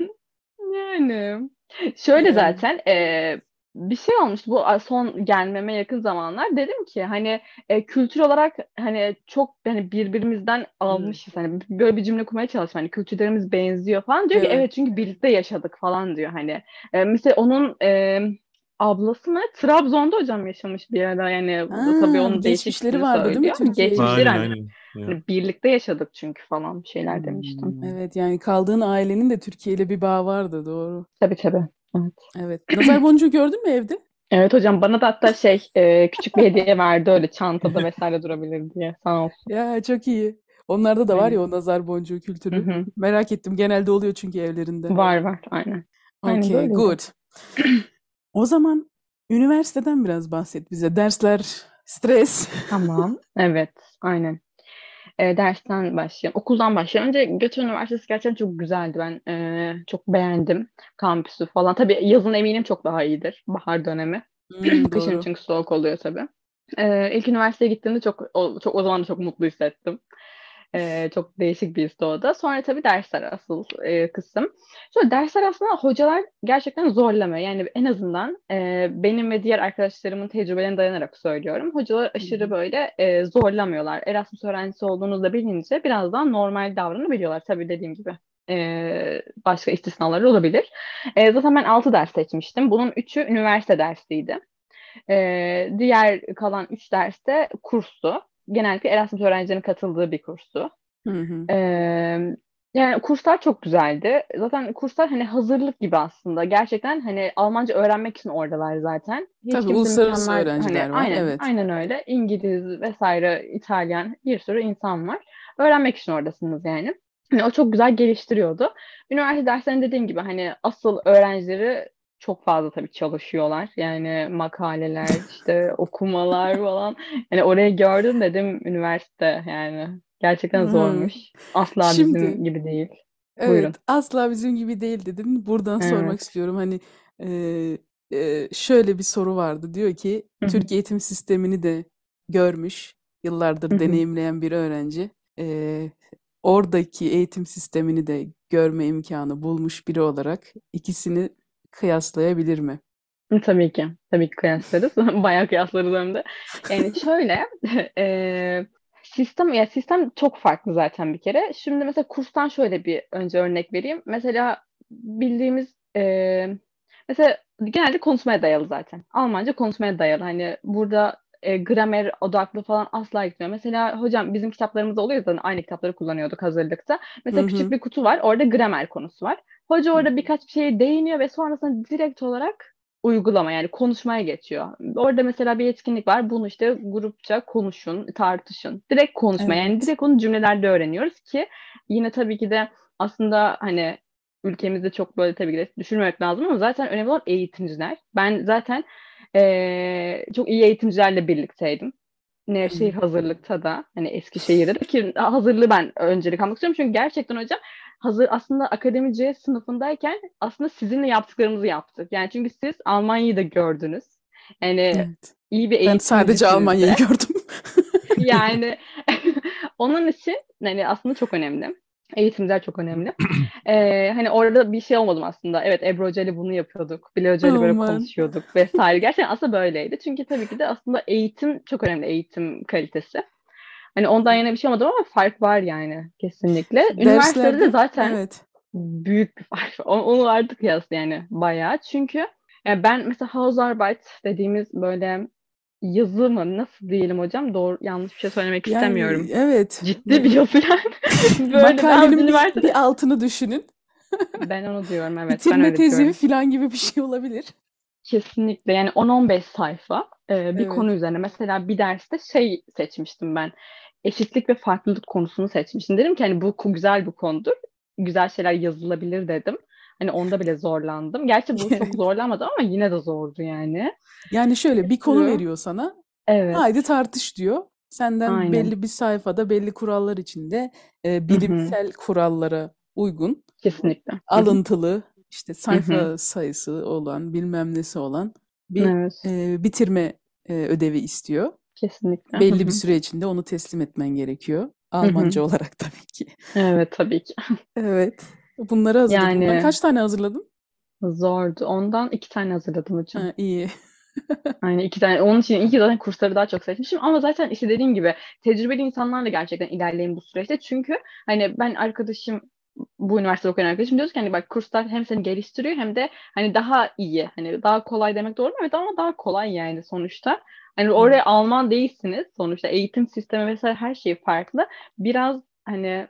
Yani şöyle Yani. zaten bir şey olmuştu bu son gelmeme yakın zamanlar dedim ki hani kültür olarak hani çok hani birbirimizden Evet. almışız hani böyle bir cümle kurmaya çalıştım hani kültürlerimiz benziyor falan diyor ki Evet. evet çünkü birlikte yaşadık falan diyor hani mesela onun ablası mı? Trabzon'da hocam yaşamış bir ara. Yani bu da tabii Ha, onun değişik geçmişleri ismini vardı değil mi söylüyor. Türkiye ile? Geçmişleri Aynen hani, aynen. Ya. hani birlikte yaşadık çünkü falan bir şeyler demiştim. Evet, yani kaldığın ailenin de Türkiye ile bir bağı vardı, doğru. Tabii tabii. Evet. Evet. Nazar boncuğu gördün mü evde? Evet hocam, bana da hatta küçük bir hediye verdi, öyle çantada vesaire durabilir diye. Sağ olsun. Ya çok iyi. Onlarda da var ya Aynen. o nazar boncuğu Hı kültürü. hı. Merak ettim. Genelde oluyor çünkü evlerinde. Var var, aynen. Aynen Okay, böyleydi. good. O zaman üniversiteden biraz bahset bize. Dersler, stres. Tamam. Evet, aynen. Dersten başlayayım. Okuldan başlayayım. Önce Göte Üniversitesi gerçekten çok güzeldi. Ben çok beğendim kampüsü falan. Tabii yazın eminim çok daha iyidir. Bahar dönemi. Kışın Doğru. çünkü soğuk oluyor tabii. İlk üniversiteye gittiğimde o zaman da çok mutlu hissettim. Çok değişik bir histi o da. Sonra tabii dersler asıl kısım. Sonra dersler aslında hocalar gerçekten zorlamıyor. Yani en azından benim ve diğer arkadaşlarımın tecrübelerine dayanarak söylüyorum. Hocalar Hı aşırı hı. böyle zorlamıyorlar. Erasmus öğrencisi olduğunuzu da bilince biraz daha normal davranabiliyorlar. Tabii dediğim gibi başka istisnalar olabilir. Zaten ben 6 ders seçmiştim. Bunun 3'ü üniversite dersiydi. Diğer kalan 3 ders de kurstu. Genellikle Erasmus öğrencilerinin katıldığı bir kurstu. Hı hı. Ee, Yani kurslar çok güzeldi. Zaten kurslar hani hazırlık gibi aslında. Gerçekten hani Almanca öğrenmek için oradalar zaten. Hiç Tabii kimse uluslararası mükemmel, hani öğrenciler var. aynen Evet. aynen öyle. İngiliz vesaire, İtalyan, bir sürü insan var. Öğrenmek için oradasınız yani. Hani o çok güzel geliştiriyordu. Üniversite derslerinde dediğim gibi hani asıl öğrencileri çok fazla tabii çalışıyorlar. Yani makaleler, işte okumalar falan. Yani orayı gördüm, dedim üniversite yani. Gerçekten Hı. zormuş. Asla Şimdi bizim gibi değil. evet, Buyurun. asla bizim gibi değil dedin. Buradan sormak Evet. istiyorum. Hani şöyle bir soru vardı. Diyor ki Hı hı, Türk eğitim sistemini de görmüş, hı yıllardır hı. deneyimleyen bir öğrenci, oradaki eğitim sistemini de görme imkanı bulmuş biri olarak ikisini kıyaslayabilir mi? Tabii ki. Tabii ki kıyaslarız. Bayağı kıyaslarız hem de. Yani şöyle e, sistem çok farklı zaten bir kere. Şimdi mesela kurstan şöyle bir önce örnek vereyim. Mesela bildiğimiz mesela genelde konuşmaya dayalı zaten. Almanca konuşmaya dayalı. Hani burada gramer odaklı falan asla gitmiyor. Mesela hocam bizim kitaplarımızda oluyor zaten, aynı kitapları kullanıyorduk hazırlıkta. Hı Mesela küçük hı. bir kutu var. Orada gramer konusu var. Hoca Hı orada birkaç bir şeye değiniyor ve sonrasında direkt olarak uygulama, yani konuşmaya geçiyor. Orada mesela bir etkinlik var. Bunu işte grupça konuşun, tartışın. Direkt konuşma. Yani Evet. direkt onu cümlelerde öğreniyoruz ki yine tabii ki de aslında hani ülkemizde çok böyle tabii ki de düşünmemek lazım ama zaten önemli olan eğitimciler. Ben zaten çok iyi eğitimcilerle birlikteydim. Nevşehir Hı. hazırlıkta da, hani Eskişehir'de de, ki hazırlığı ben öncelik almak istiyorum. Çünkü gerçekten hocam hazır aslında akademi C sınıfındayken aslında sizinle yaptıklarımızı yaptık. Yani çünkü siz Almanya'yı da gördünüz. Yani Evet. iyi bir Ben sadece eğitimcisiniz Almanya'yı de. gördüm. Yani onun için hani aslında çok önemli. Eğitimciler çok önemli. Hani orada bir şey olmadım aslında. Evet, Ebru Hoca ile bunu yapıyorduk. Bilal Hoca ile böyle Aman. konuşuyorduk vesaire. Gerçekten aslında böyleydi. Çünkü tabii ki de aslında eğitim çok önemli, eğitim kalitesi. Hani ondan yana bir şey olmadı ama fark var yani kesinlikle. Üniversitede de Derslerde zaten evet. büyük bir fark var. Onu artık kıyas yani bayağı. Çünkü yani ben mesela Hausarbeit dediğimiz böyle yazı mı nasıl diyelim hocam? Doğru, yanlış bir şey söylemek Yani istemiyorum. evet. Ciddi bir yazı yani. Böyle ben Makalenin bir üniversitede, altını düşünün. ben onu diyorum, evet, ben Bitirme öyle tezi diyorum. falan gibi bir şey olabilir. Kesinlikle yani 10-15 sayfa bir Evet. konu üzerine. Mesela bir derste şey seçmiştim ben. Eşitlik ve farklılık konusunu seçmiştim. Dedim ki hani bu güzel bir konudur. Güzel şeyler yazılabilir dedim. Hani onda bile zorlandım. Gerçi bu çok Evet. zorlamadı ama yine de zordu yani. Yani şöyle Bir bir konu sürü. veriyor sana. Haydi Evet. tartış diyor. Senden Aynen. belli bir sayfada belli kurallar içinde Hı hı. bilimsel kurallara uygun, Kesinlikle. Hı hı. alıntılı, işte Hı hı. sayfa sayısı olan, bilmem nesi olan bir Evet. bitirme ödevi istiyor. Kesinlikle. Hı Belli bir hı. süre içinde onu teslim etmen gerekiyor. Hı hı. Almanca olarak tabii ki. Evet, tabii ki. Evet. Bunları hazırladım. Bunları Yani kaç tane hazırladın? zordu. Ondan 2 tane hazırladım hocam. Ha, iyi. Aynen, 2 tane. Onun için iyi ki zaten kursları daha çok seçmişim. Ama zaten işte dediğim gibi tecrübeli insanlarla gerçekten ilerleyin bu süreçte. Çünkü hani ben arkadaşım bu üniversitede okuyan arkadaşım diyoruz ki hani bak kurslar hem seni geliştiriyor hem de hani daha iyi. Hani daha kolay demek doğru mu? Evet ama daha kolay yani sonuçta. Hani Evet. oraya Alman değilsiniz. Sonuçta eğitim sistemi vesaire her şey farklı. Biraz hani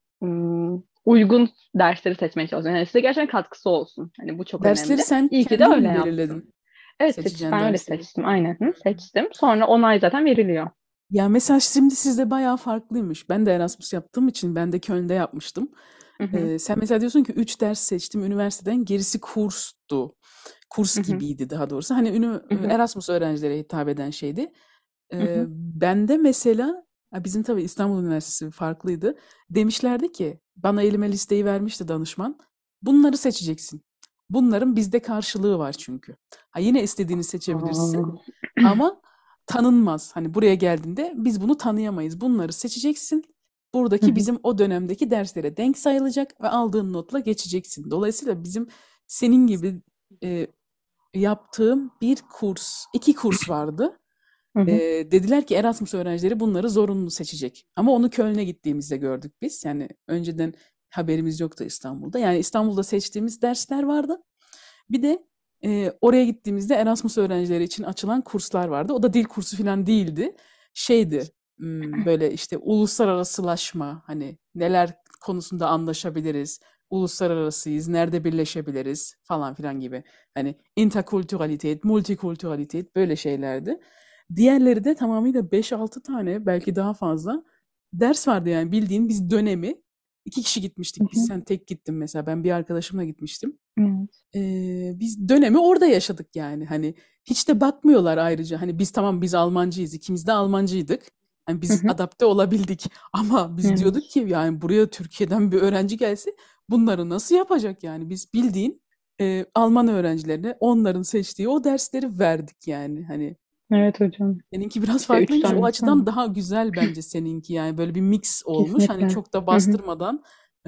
uygun dersleri seçmeye çalışıyorum. Yani size gerçekten katkısı olsun. Hani bu çok Dersleri önemli. sen İyi ki de kendin öyle mi yaptım. belirledin Evet seçeceğin ben öyle dersleri? seçtim. Aynen seçtim. Sonra onay zaten veriliyor. Ya mesela şimdi sizde bayağı farklıymış. Ben de Erasmus yaptığım için ben de Köln'de yapmıştım. Hı hı, Sen mesela diyorsun ki 3 ders seçtim üniversiteden, gerisi kurstu. Kurs hı hı, gibiydi daha doğrusu. Hani hı hı, Erasmus öğrencilere hitap eden şeydi. hı hı, Ben de mesela bizim tabii İstanbul Üniversitesi farklıydı. Demişlerdi ki bana, elime listeyi vermişti danışman. Bunları seçeceksin. Bunların bizde karşılığı var çünkü. Ha, yine istediğini seçebilirsin Aa. ama tanınmaz. Hani buraya geldiğinde biz bunu tanıyamayız. Bunları seçeceksin. Hı Buradaki hı, bizim o dönemdeki derslere denk sayılacak ve aldığın notla geçeceksin. Dolayısıyla bizim senin gibi e, yaptığım bir kurs, 2 kurs vardı. hı hı, Dediler ki Erasmus öğrencileri bunları zorunlu seçecek. Ama onu Köln'e gittiğimizde gördük biz. Yani önceden haberimiz yoktu İstanbul'da. Yani İstanbul'da seçtiğimiz dersler vardı. Bir de oraya gittiğimizde Erasmus öğrencileri için açılan kurslar vardı. O da dil kursu falan değildi. Şeydi, böyle işte uluslararasılaşma, hani neler konusunda anlaşabiliriz, uluslararasıyız, nerede birleşebiliriz falan filan gibi. Hani interkulturalitet, multikulturalitet böyle şeylerdi. Diğerleri de tamamıyla 5-6 tane belki daha fazla ders vardı, yani bildiğin biz dönemi 2 kişi hı gitmiştik biz. hı. Sen tek gittin mesela, ben bir arkadaşımla gitmiştim. Evet. Biz dönemi orada yaşadık yani. Hani hiç de bakmıyorlar ayrıca. Hani biz tamam biz Almancıyız. İkimiz de Almancıydık. Hani Hı biz hı, adapte olabildik. Ama biz diyorduk evet. ki yani buraya Türkiye'den bir öğrenci gelse bunları nasıl yapacak yani? Biz bildiğin Alman öğrencilerine onların seçtiği o dersleri verdik yani. Hani Evet hocam. seninki biraz İşte 3 farklıymış. O tanesi var. açıdan daha güzel bence seninki, yani böyle bir mix olmuş. Hani Kesinlikle. çok da Hı hı, bastırmadan, e,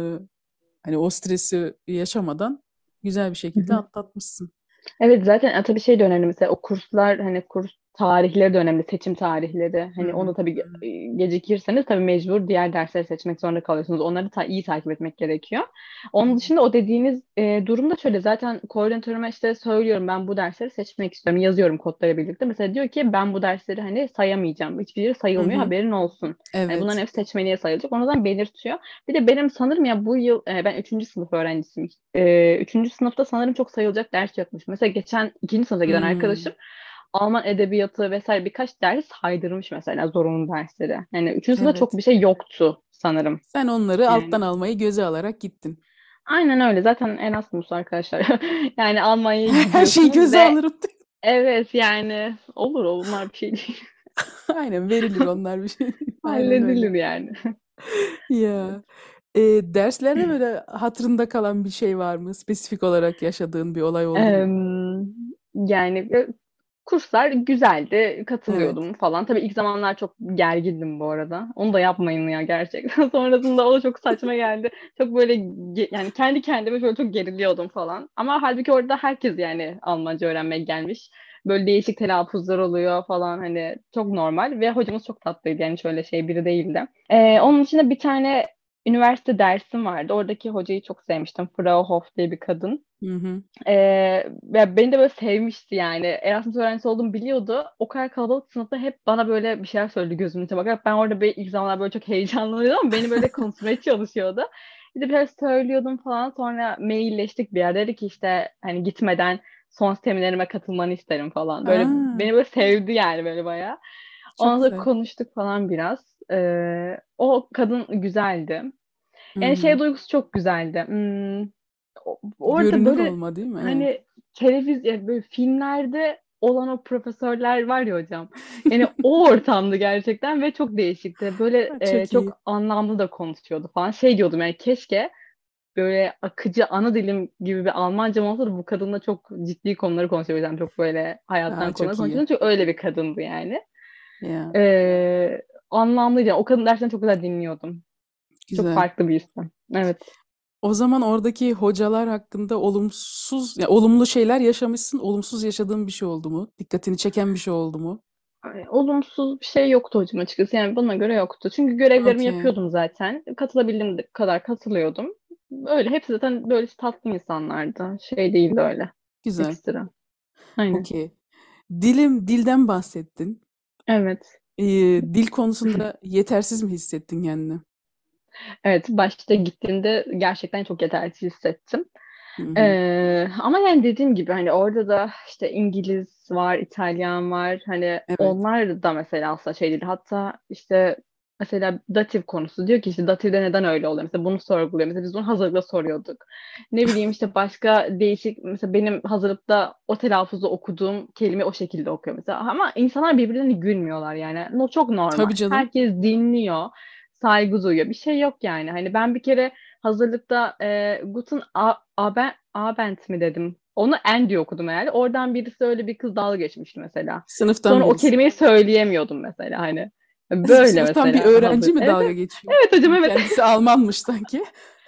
hani o stresi yaşamadan güzel bir hı şekilde hı. atlatmışsın. Evet zaten tabii şey de önemli mesela o kurslar hani kurs tarihleri de önemli seçim tarihleri Hı hani hı. onu tabii Hı hı. gecikirseniz tabii mecbur diğer dersleri seçmek zorunda kalıyorsunuz onları iyi takip etmek gerekiyor. Hı Onun hı. dışında o dediğiniz durumda şöyle zaten koordinatörüme işte söylüyorum ben bu dersleri seçmek istiyorum yazıyorum kodlarla birlikte mesela diyor ki ben bu dersleri hani sayamayacağım hiçbir yeri Hı sayılmıyor hı. haberin olsun. Hani bunların Evet. hepsi seçmeliğe sayılacak. Onu da belirtiyor. Bir de benim sanırım ya bu yıl ben üçüncü sınıf öğrencisiyim. Üçüncü sınıfta sanırım çok sayılacak ders yokmuş. Mesela geçen ikinci sınıfa giden Hmm. arkadaşım Alman edebiyatı vesaire birkaç ders saydırmış mesela zorunlu dersleri. Yani üçüncü sınıfta çok Evet. bir şey yoktu sanırım. Sen onları Yani alttan almayı göze alarak gittin. aynen öyle. Zaten Erasmus arkadaşlar. Yani Almanya'ya Her şeyi gidiyorsunuz göze ve alırım. evet yani olur onlar bir şey değil. Aynen, verilir onlar bir şey. Aynen öyle. Halledilir yani. Ya. Derslerde böyle hatırında kalan bir şey var mı? Spesifik olarak yaşadığın bir olay oldu mu? Em, yani kurslar güzeldi, Evet. katılıyordum falan. Tabii ilk zamanlar çok gergindim bu arada. Onu da yapmayın ya gerçekten. Sonrasında o da çok saçma geldi. Çok böyle yani kendi kendime şöyle çok geriliyordum falan. Ama halbuki orada herkes yani Almanca öğrenmeye gelmiş. Böyle değişik telaffuzlar oluyor falan hani çok normal ve hocamız çok tatlıydı yani şöyle şey biri değildi. Onun dışında bir tane üniversite dersim vardı. Oradaki hocayı çok sevmiştim. Frau Hoff diye bir kadın. Hı hı. Ve beni de böyle sevmişti yani. Erasmus öğrencisi olduğumu biliyordu. O kadar kalabalık sınıfta hep bana böyle bir şeyler söyledi gözümün içine bakarak. Ben orada ilk zamanlar böyle çok heyecanlanıyordum ama beni böyle konuşmaya çalışıyordu. Bir de biraz söylüyordum falan. Sonra mailleştik bir yerde. Dedi ki işte hani gitmeden son seminerime katılmanı isterim falan. Böyle Aa, beni böyle sevdi yani böyle bayağı. çok Ondan sonra güzel. konuştuk falan biraz. O kadın güzeldi. Hı Yani hı. şey duygusu çok güzeldi. Orada Görünür böyle olma değil mi? Evet. hani televizyon böyle filmlerde olan o profesörler var ya hocam. Yani o ortamdı gerçekten ve çok değişikti. Böyle Çok iyi. çok anlamlı da konuşuyordu falan. Şey diyordum yani keşke böyle akıcı ana dilim gibi bir Almancam olsa da bu kadınla çok ciddi konuları konuşabilsem. Çok böyle hayattan Aa, konuları çok iyi. konuşuyordu. Çünkü öyle bir kadındı yani. Ya, E, Anlamlıydı. O kadın dersten çok güzel dinliyordum. Çok güzel. farklı bir isim. Evet. O zaman oradaki hocalar hakkında olumsuz, ya olumlu şeyler yaşamışsın, olumsuz yaşadığın bir şey oldu mu? Dikkatini çeken bir şey oldu mu? Olumsuz bir şey yoktu hocam açıkçası. Yani bana göre yoktu. Çünkü görevlerimi Okey. yapıyordum zaten. Katılabildiğim kadar katılıyordum. Öyle. Hepsi zaten böyle tatlı insanlardı. Şey değildi öyle. Güzel. Ekstra. Aynen. Okey. Dilden bahsettin. Evet. Dil konusunda yetersiz mi hissettin kendini? Evet. Başta gittiğimde gerçekten çok yetersiz hissettim. Hı hı. Ama yani dediğim gibi hani orada da işte İngiliz var, İtalyan var. Hani Evet. onlar da mesela aslında şey değil. Hatta işte mesela datif konusu diyor ki işte datifde neden öyle oluyor? Mesela bunu sorguluyor. Mesela biz bunu hazırlıkta soruyorduk. Ne bileyim işte başka değişik mesela benim hazırlıkta o telaffuzu okuduğum kelime o şekilde okuyor mesela. Ama insanlar birbirlerine gülmüyorlar yani. O çok normal. Tabii canım. Herkes dinliyor, saygı duyuyor. Bir şey yok yani. Hani ben bir kere hazırlıkta Guten Abend mi dedim. Onu en diye okudum herhalde. Oradan birisi öyle bir kız dalga geçmişti mesela. Sınıftan Sonra o birisi. kelimeyi söyleyemiyordum mesela hani. Böyle Sınıftan bir mesela öğrenci hazır. mi Evet, dalga evet. geçiyor? Evet hocam evet. Kendisi Almanmış sanki.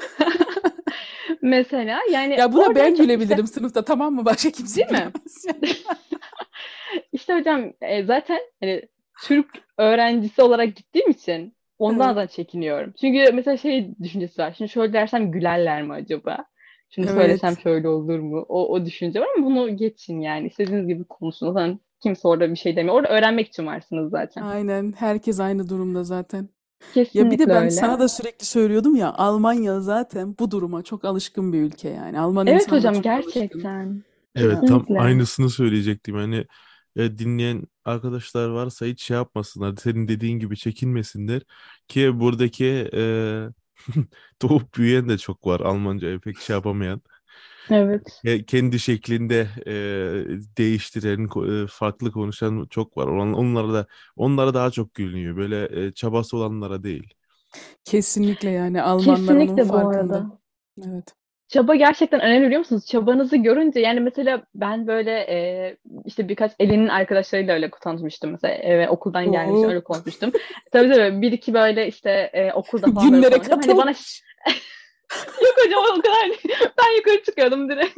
Mesela yani Ya buna oradan ben çok işte gülebilirim sınıfta, tamam mı? Başka kimse değil mi? gülemez yani. İşte hocam zaten hani Türk öğrencisi olarak gittiğim için ondan Evet. da çekiniyorum. Çünkü mesela şey düşüncesi var. Şimdi şöyle dersem gülerler mi acaba? Şunu söylesem Evet. şöyle olur mu? O düşünce var ama bunu geçin yani. İstediğiniz gibi konuşun. Zaten kimse orada bir şey demiyor. Orada öğrenmek için varsınız zaten. Aynen. Herkes aynı durumda zaten. Ya bir de Kesinlikle ben öyle. sana da sürekli söylüyordum ya, Almanya zaten bu duruma çok alışkın bir ülke yani. Alman Evet insanları hocam çok alışkın. gerçekten. Evet, Ya, tam Kesinlikle. aynısını söyleyecektim. Hani dinleyen arkadaşlar varsa hiç şey yapmasınlar. Senin dediğin gibi çekinmesinler. Ki buradaki doğup büyüyen de çok var. Almancayı pek şey yapamayan. Evet. Kendi şeklinde değiştiren, farklı konuşan çok var. Onlara daha çok gülünüyor. Böyle çabası olanlara değil. kesinlikle yani Almanlar onun Kesinlikle bu farkında. arada. Evet. Çaba gerçekten önemli biliyor musunuz? Çabanızı görünce yani mesela ben böyle işte birkaç elinin arkadaşlarıyla öyle tanışmıştım mesela eve okuldan gelmiş Oo. öyle konuşmuştum. Tabii tabii bir iki böyle işte okulda falan böyle Günlere konuşuyorum. Hani bana katılmış. yok hocam o kadar değil. Ben yukarı çıkıyordum direkt.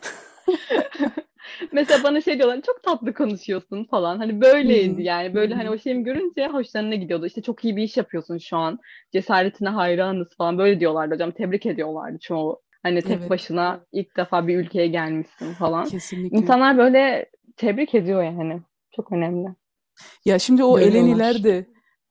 Mesela bana şey diyorlar çok tatlı konuşuyorsun falan. Hani böyleydi Hmm. yani Hı böyle hani hı. o şeyimi görünce hoşlarına gidiyordu. İşte çok iyi bir iş yapıyorsun şu an. Cesaretine hayranız falan böyle diyorlardı hocam. Tebrik ediyorlardı çoğu. Hani tek Evet. başına ilk defa bir ülkeye gelmişsin falan. Kesinlikle. İnsanlar böyle tebrik ediyor yani. Çok önemli. Ya şimdi o Eleniler Görüyorlar. de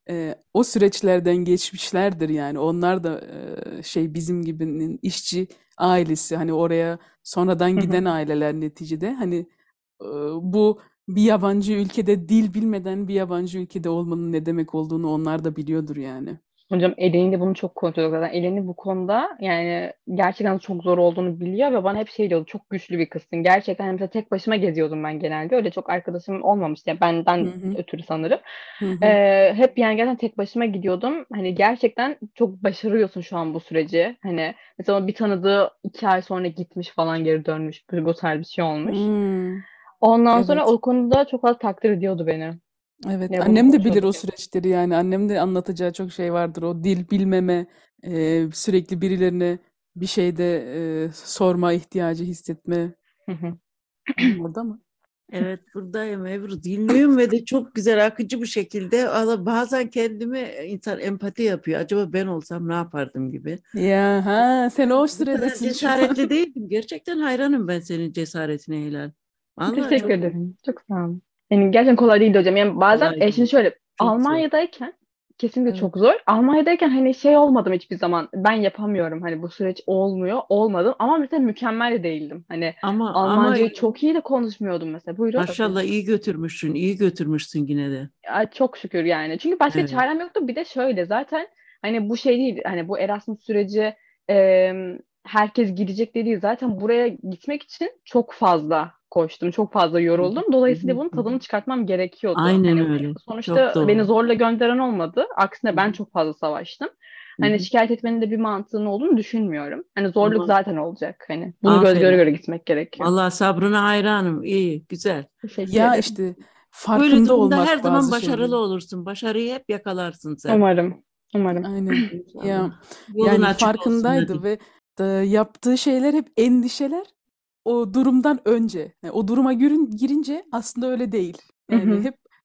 o süreçlerden geçmişlerdir yani. Onlar da şey bizim gibinin işçi ailesi, hani oraya sonradan Hı hı. giden aileler neticede. Hani e, bu bir yabancı ülkede dil bilmeden bir yabancı ülkede olmanın ne demek olduğunu onlar da biliyordur yani. Hocam Eleni de bunu çok kontrol ediyor zaten. Eleni bu konuda yani gerçekten çok zor olduğunu biliyor ve bana hep şey diyordu. Çok güçlü bir kızsın. Gerçekten hani mesela tek başıma geziyordum ben genelde. Öyle çok arkadaşım olmamıştı. Yani Hı benden hı. ötürü sanırım. Hı hı. Hep yani gerçekten tek başıma gidiyordum. Hani gerçekten çok başarıyorsun şu an bu süreci. Hani mesela bir tanıdığı 2 ay sonra gitmiş falan geri dönmüş. Bu tarz bir şey olmuş. Hmm. Ondan sonra Evet. o konuda çok az takdir ediyordu beni. Evet. Ne bunu Annem de bilir o konuşuyorduk hep. süreçleri yani. Annem de anlatacağı çok şey vardır. O dil bilmeme, sürekli birilerine bir şeyde sorma ihtiyacı hissetme. Hı hı. Orada mı? Evet, buradayım Ebru. Dinliyorum ve de çok güzel akıcı bir şekilde. Bazen kendimi insan empati yapıyor. Acaba ben olsam ne yapardım gibi. Ya ha, sen o Bu kadar süredesin şu an. cesaretli değildim. Gerçekten hayranım ben senin cesaretine Hilal. Vallahi Teşekkür çok ederim. Çok sağ olun. Yani gerçekten kolay değildi hocam. Yani bazen kolay şimdi değil. şöyle Çok zor. Almanya'dayken kesinlikle Evet. çok zor. Almanya'dayken hani şey olmadım hiçbir zaman. Ben yapamıyorum. Hani bu süreç olmuyor. Olmadım. Ama mesela mükemmel de değildim. Hani Ama Almancayı çok iyi de konuşmuyordum mesela. Buyurun. maşallah iyi götürmüşsün. İyi götürmüşsün yine de. Ya, çok şükür yani. Çünkü başka Evet. çarem yoktu. Bir de şöyle zaten hani bu şey değil. Hani bu Erasmus süreci e, herkes gidecek dediği zaten buraya gitmek için çok fazla koştum. Çok fazla Hı yoruldum. hı, Dolayısıyla hı bunun hı. tadını çıkartmam gerekiyordu. Aynen Hani öyle. Çok sonuçta beni doğru. zorla gönderen olmadı. Hı Aksine ben hı, çok fazla savaştım. hı Hani hı. şikayet etmenin de bir mantığının olduğunu düşünmüyorum. Hani zorluk Ama zaten olacak. Hani bunu göz göre aferin. göre gitmek gerekiyor. Vallahi sabrına hayranım. İyi, güzel. Teşekkür Ya ederim. işte Böyle farkında durumda her olmak zaman bazı başarılı şeylerin. olursun. Başarıyı hep yakalarsın sen. Umarım. Umarım. Aynen. Ya İnşallah. Yolun yani açık olsun farkındaydı hadi. ve yaptığı şeyler hep endişeler o durumdan önce. Yani o duruma girince aslında öyle değil. Hı Yani hı. hep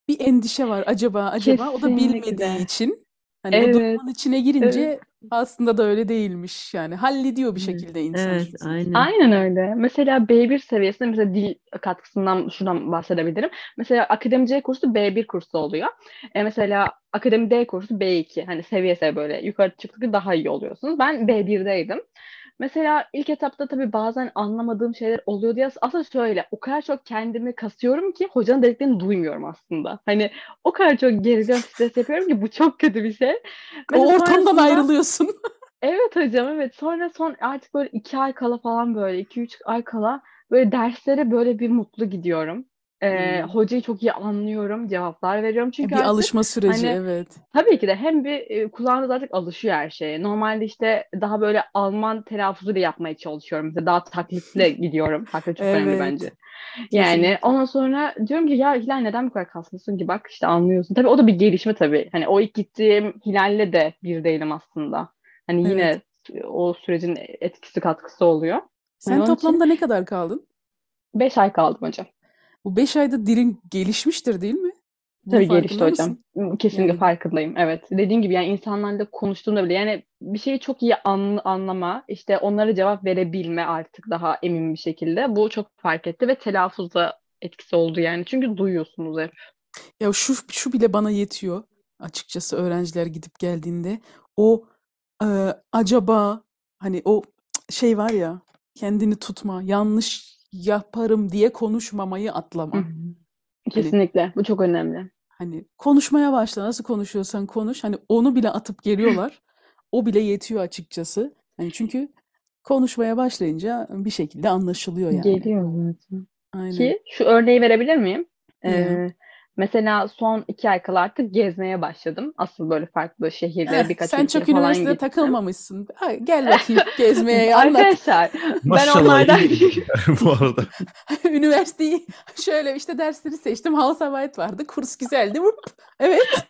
bir endişe var. Acaba o da bilmediği Kesinlikle. için hani o Evet, durumun içine evet. girince aslında da öyle değilmiş. Yani hallediyor bir Evet, şekilde insan evet, çünkü. aynen. Aynen öyle. Mesela B1 seviyesinde mesela dil katkısından şuradan bahsedebilirim. Mesela Akademi C kursu B1 kursu oluyor. Mesela Akademi D kursu B2. Hani seviye böyle yukarı çıktıkça daha iyi oluyorsunuz. Ben B1'deydim. Mesela ilk etapta tabii bazen anlamadığım şeyler oluyor diye aslında şöyle o kadar çok kendimi kasıyorum ki hocanın dediklerini duymuyorum aslında. Hani o kadar çok geriliyorum, stres yapıyorum ki bu çok kötü bir şey. Mesela O ortamdan sonrasında ayrılıyorsun. evet hocam, evet. Sonra artık böyle 2 ay kala falan böyle 2-3 ay kala böyle derslere böyle bir mutlu gidiyorum. Hocayı çok iyi anlıyorum, cevaplar veriyorum. Çünkü Bir artık alışma süreci, hani evet. tabii ki de hem kulağınız artık alışıyor her şeye. Normalde işte daha böyle Alman telaffuzuyla yapmaya çalışıyorum. Mesela daha taklitle gidiyorum. Taklit çok önemli bence. Evet, Yani kesinlikle. ondan sonra diyorum ki ya Hilal neden bu kadar kasmışsın ki bak işte anlıyorsun. Tabii o da bir gelişme tabii. Hani o ilk gittiğim Hilal'le de bir değilim aslında. Hani Evet. yine o sürecin etkisi katkısı oluyor. Hani Sen onun için toplamda ne kadar kaldın? 5 ay kaldım hocam. Bu 5 ayda dilin gelişmiştir değil mi? Bunun Tabii gelişti farkında hocam. mısın? Kesinlikle Yani farkındayım. Evet. Dediğim gibi yani insanlarla konuştuğumda bile yani bir şeyi çok iyi anlama, işte onlara cevap verebilme artık daha emin bir şekilde. Bu çok fark etti ve telaffuzda etkisi oldu yani. Çünkü duyuyorsunuz hep. ya şu bile bana yetiyor açıkçası öğrenciler gidip geldiğinde. O acaba hani o şey var ya, kendini tutma, yanlış yaparım diye konuşmamayı Hı atlama. hı. Hani Kesinlikle. Bu çok önemli. konuşmaya başla, nasıl konuşuyorsan konuş. Hani onu bile atıp geliyorlar. O bile yetiyor açıkçası. Hani çünkü konuşmaya başlayınca bir şekilde anlaşılıyor yani. Geliyor zaten. Aynen. Ki şu örneği verebilir miyim? Ya. Mesela son 2 ay kala artık gezmeye başladım. Asıl böyle farklı şehirlere birkaç Sen ülkeye çok falan üniversitede gittim. takılmamışsın. Ay, gel bakayım gezmeye anlat. Arkadaşlar ben Maşallah onlardan iyi bu arada. Üniversiteyi şöyle işte dersleri seçtim. Hausarbeit vardı. Kurs güzeldi. Vup. Evet.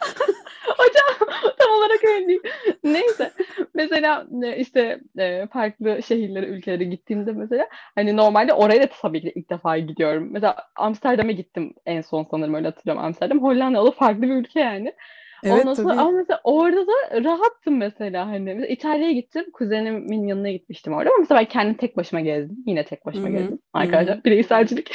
hocam tam olarak öyle değil. Neyse mesela işte farklı şehirlere, ülkelere gittiğimde mesela hani normalde oraya da tabii ki de ilk defa gidiyorum. Mesela Amsterdam'a gittim en son sanırım öyle hatırlıyorum Amsterdam. Hollanda o da farklı bir ülke yani. Evet Ondan sonra ama tabii. mesela orada da rahattım mesela hani. Mesela İtalya'ya gittim. Kuzenimin yanına gitmiştim orada ama mesela ben kendim tek başıma gezdim. Yine tek Hı başıma hı. gezdim. Hı hı. Arkadaşlar bireyselcilik.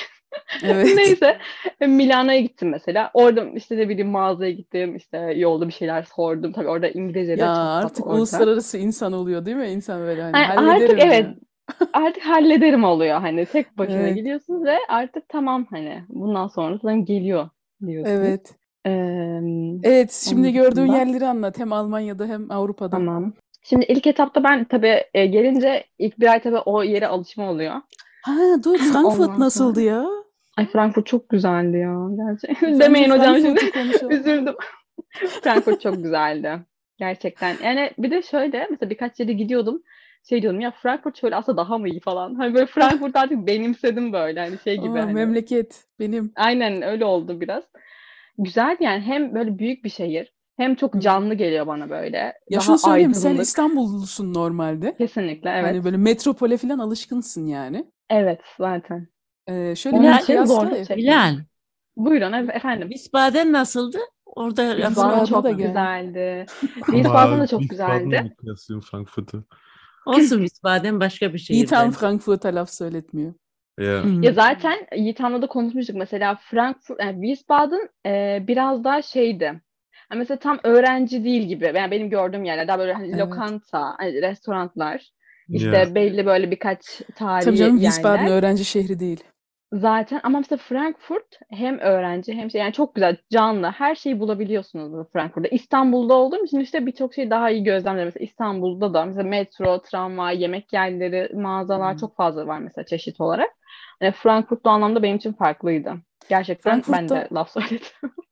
Evet. Neyse Milano'ya gittim mesela. Orada işte ne bileyim mağazaya gittim. İşte yolda bir şeyler sordum. Tabii orada İngilizce Ya de çat pat artık orada. uluslararası insan oluyor değil mi? İnsan böyle hani Yani artık hallederim evet ya. artık hallederim oluyor. Hani tek başına Evet. gidiyorsunuz ve artık tamam hani bundan sonra zaten geliyor diyorsunuz. Evet. Ee, Evet, şimdi Onun gördüğün dışında yerleri anlat. Hem Almanya'da hem Avrupa'da. tamam. Şimdi ilk etapta ben tabii gelince ilk 1 ay tabii o yere alışma oluyor. Ha dur, Frankfurt Ondan sonra nasıldı ya? ay Frankfurt çok güzeldi ya gerçekten. Biz önce Demeyin hocam şimdi. Frankfurt'u konuşalım. Üzüldüm. Frankfurt çok güzeldi. Gerçekten. Yani bir de şöyle mesela birkaç yere gidiyordum. Şey diyordum ya Frankfurt şöyle aslında daha mı iyi falan. Hani böyle Frankfurt artık benimsedim böyle hani şey gibi Aa, hani. memleket benim. Aynen öyle oldu biraz. Güzel yani hem böyle büyük bir şehir hem Hı çok hı. canlı geliyor bana böyle. Ya şunu Daha söyleyeyim, sen aydınlık. İstanbullusun normalde. Kesinlikle Hani evet. böyle metropole falan alışkınsın yani. Evet zaten. Şöyle Onun bir Hilal, için kıyasla zorluk ya. çekmedim. Hilal. Buyurun efendim. Wiesbaden nasıldı? Orada lafın Wiesbaden oldu Wiesbaden'a da çok mu? gel. güzeldi. Ama Wiesbaden da çok Wiesbaden'la güzeldi. mı kıyaslıyorsun Frankfurt'u? Olsun, Wiesbaden başka bir şehir Yiğitan bence. Frankfurt'a laf söyletmiyor. Ya Ya Hı. zaten Yiğitan'la da konuşmuştuk. Mesela Frankfurt, yani Wiesbaden biraz daha şeydi. Yani mesela tam öğrenci değil gibi. Yani benim gördüğüm yerler daha böyle hani Evet. lokanta, hani restoranlar, ya işte belli böyle birkaç Tabii tarihi canım, Wiesbaden yerler. öğrenci şehri değil. Zaten ama mesela Frankfurt hem öğrenci hem şey yani çok güzel canlı her şeyi bulabiliyorsunuz bu Frankfurt'ta. İstanbul'da olduğum için işte birçok şey daha iyi gözlemledim. Mesela İstanbul'da da mesela metro, tramvay, yemek yerleri, mağazalar Hmm. çok fazla var mesela çeşit olarak. Frankfurt o anlamda benim için farklıydı. Gerçekten ben de Frankfurt'ta laf söyledim.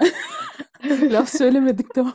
laf söylemedik, tamam.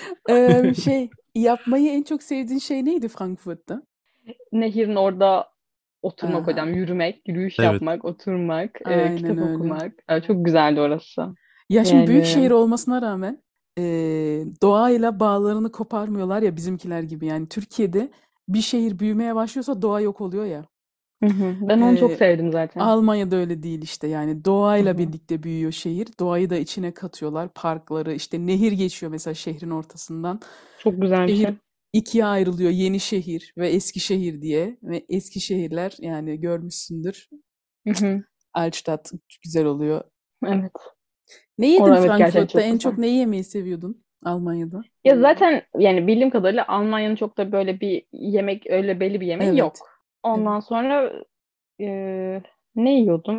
Yapmayı en çok sevdiğin şey neydi Frankfurt'ta? Nehirin orada oturmak Aa, hocam, yürümek, yürüyüş evet. yapmak, oturmak, aynen kitap öyle. okumak. Çok güzeldi orası. Ya şimdi büyük Yani şehir olmasına rağmen doğayla bağlarını koparmıyorlar ya bizimkiler gibi. Yani Türkiye'de bir şehir büyümeye başlıyorsa doğa yok oluyor ya. Hı hı. Ben onu çok Ee, sevdim zaten. Almanya'da öyle değil işte, yani Hı doğayla hı. birlikte büyüyor şehir. Doğayı da içine katıyorlar. Parkları, işte nehir geçiyor mesela şehrin ortasından. Çok güzel bir Şehir şey. ikiye ayrılıyor. Yeni şehir ve eski şehir diye. Ve eski şehirler, yani görmüşsündür. Hı hı. Altstadt güzel oluyor. Evet. Ne yedin Orası evet gerçekten Frankfurt'ta? çok En güzel. çok neyi yemeyi seviyordun Almanya'da? Ya zaten yani bildiğim kadarıyla Almanya'nın çok da böyle bir yemek, öyle belli bir yemeği Evet. yok. Evet. Ondan sonra e, ne yiyordum?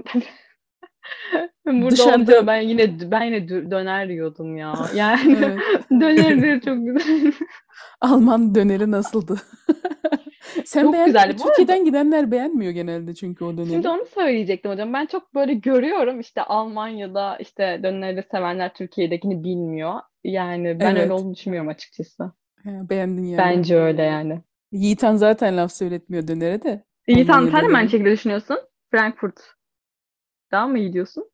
Burada Dışarıda, olunca ben yine döner yiyordum ya. Yani evet. döner de çok güzel. Alman döneri nasıldı? Sen Çok beğendin mi? güzeldi. Bu arada Türkiye'den gidenler beğenmiyor genelde çünkü o şimdi döneri. onu söyleyecektim hocam. Ben çok böyle görüyorum işte Almanya'da işte döneri sevenler Türkiye'dekini bilmiyor. Yani ben öyle Evet. olduğunu düşünmüyorum açıkçası. Ha, beğendin yani. Bence öyle yani. Yiğitan zaten laf söyletmiyor dönere de. İyi tamam, Almanya sen de mi aynı döneri. şekilde düşünüyorsun? Frankfurt daha mı iyi diyorsun?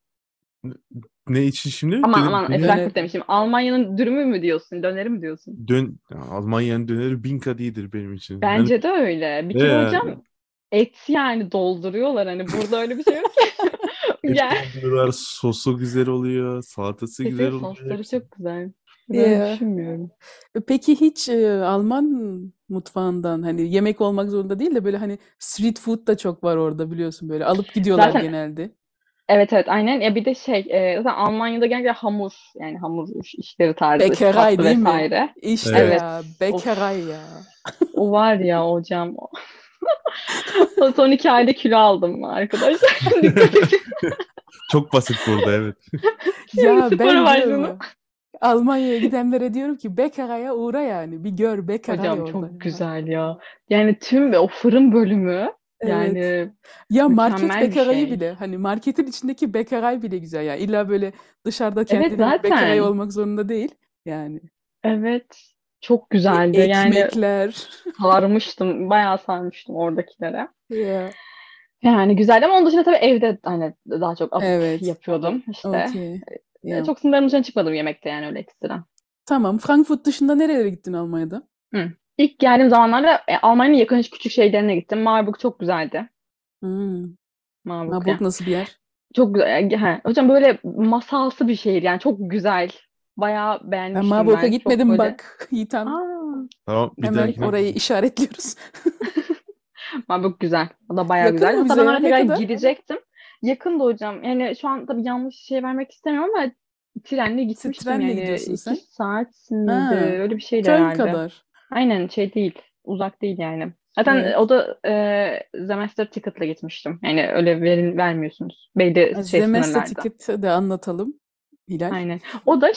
Ne için şimdi? Aman aman Döner. Frankfurt demişim. Almanya'nın dürümü mü diyorsun? Döneri mi diyorsun? Almanya'nın döneri bin kat iyidir benim için. Yani Bence de öyle. Bir kere ya, hocam et yani dolduruyorlar. Hani burada öyle bir şey yok. et Yani dolduruyorlar, sosu güzel oluyor, salatası güzel kesinlikle oluyor sosları hepsi. çok güzel. Ben öyle Ya. düşünmüyorum. Peki hiç Alman mutfağından, hani yemek olmak zorunda değil de böyle hani street food da çok var orada, biliyorsun, böyle alıp gidiyorlar Zaten genelde. evet evet aynen. Ya bir de zaten Almanya'da genelde hamur yani hamur işleri tarzı işte Bäckerei tatlı değil mi? vesaire. İşte Evet. Evet. ya, Of. Bäckerei ya. O var ya hocam. O son 2 ayda kilo aldım arkadaşlar. Dikkat edin. Çok basit burada, evet. Şimdi Ya spora ben diyorum başladım. ya, Almanya'ya gidenlere diyorum ki Bäckerei'ye uğra yani. Bir gör Bäckerei Hocam orada çok ya. güzel ya. Yani tüm o fırın bölümü Evet. yani Ya market mükemmel bir Bäckerei'yi şey. bile, hani marketin içindeki Bäckerei bile güzel ya. İlla böyle dışarıda Evet kendine bir Bäckerei zaten. olmak zorunda değil. Yani Evet. Çok güzeldi. Yani ekmekler. sarmıştım. Bayağı sarmıştım oradakilere. Ya. Yani güzeldi ama onun dışında tabii evde hani daha çok atıp Evet. yapıyordum işte. Okey. Ya. Çok sınırların dışına çıkmadım yemekte yani öyle ekstra. Tamam. Frankfurt dışında nerelere gittin Almanya'da? Hı. İlk geldiğim zamanlarda Almanya'nın yakın küçük şehirlerine gittim. Marburg çok güzeldi. Hmm. Marburg Marburg yani. nasıl bir yer? Çok güzel. Hocam böyle masalsı bir şehir yani çok güzel. Bayağı Ben beğenmiştim Marburg'a ben. Çok gitmedim böyle. bak Yiğitan. Aa, Tamam, bir Hemen dahakine. orayı işaretliyoruz. Marburg güzel. O da bayağı Yakın güzel. mı Hatta bize ben ya? oraya Ne tekrar kadar? gidecektim. Yakın da hocam. Yani şu an tabii yanlış şey vermek istemiyorum ama trenle gitmiştim Trenle yani. gidiyorsun 2 saat miydi? Ha, Öyle bir şeydi Köln herhalde. kadar. Aynen şey değil. Uzak değil yani. Zaten Evet. o da semester ticket'la gitmiştim. Yani öyle vermiyorsunuz. Belli şey Semester sınırlarda. ticket'ı da anlatalım Hilal. Aynen. O da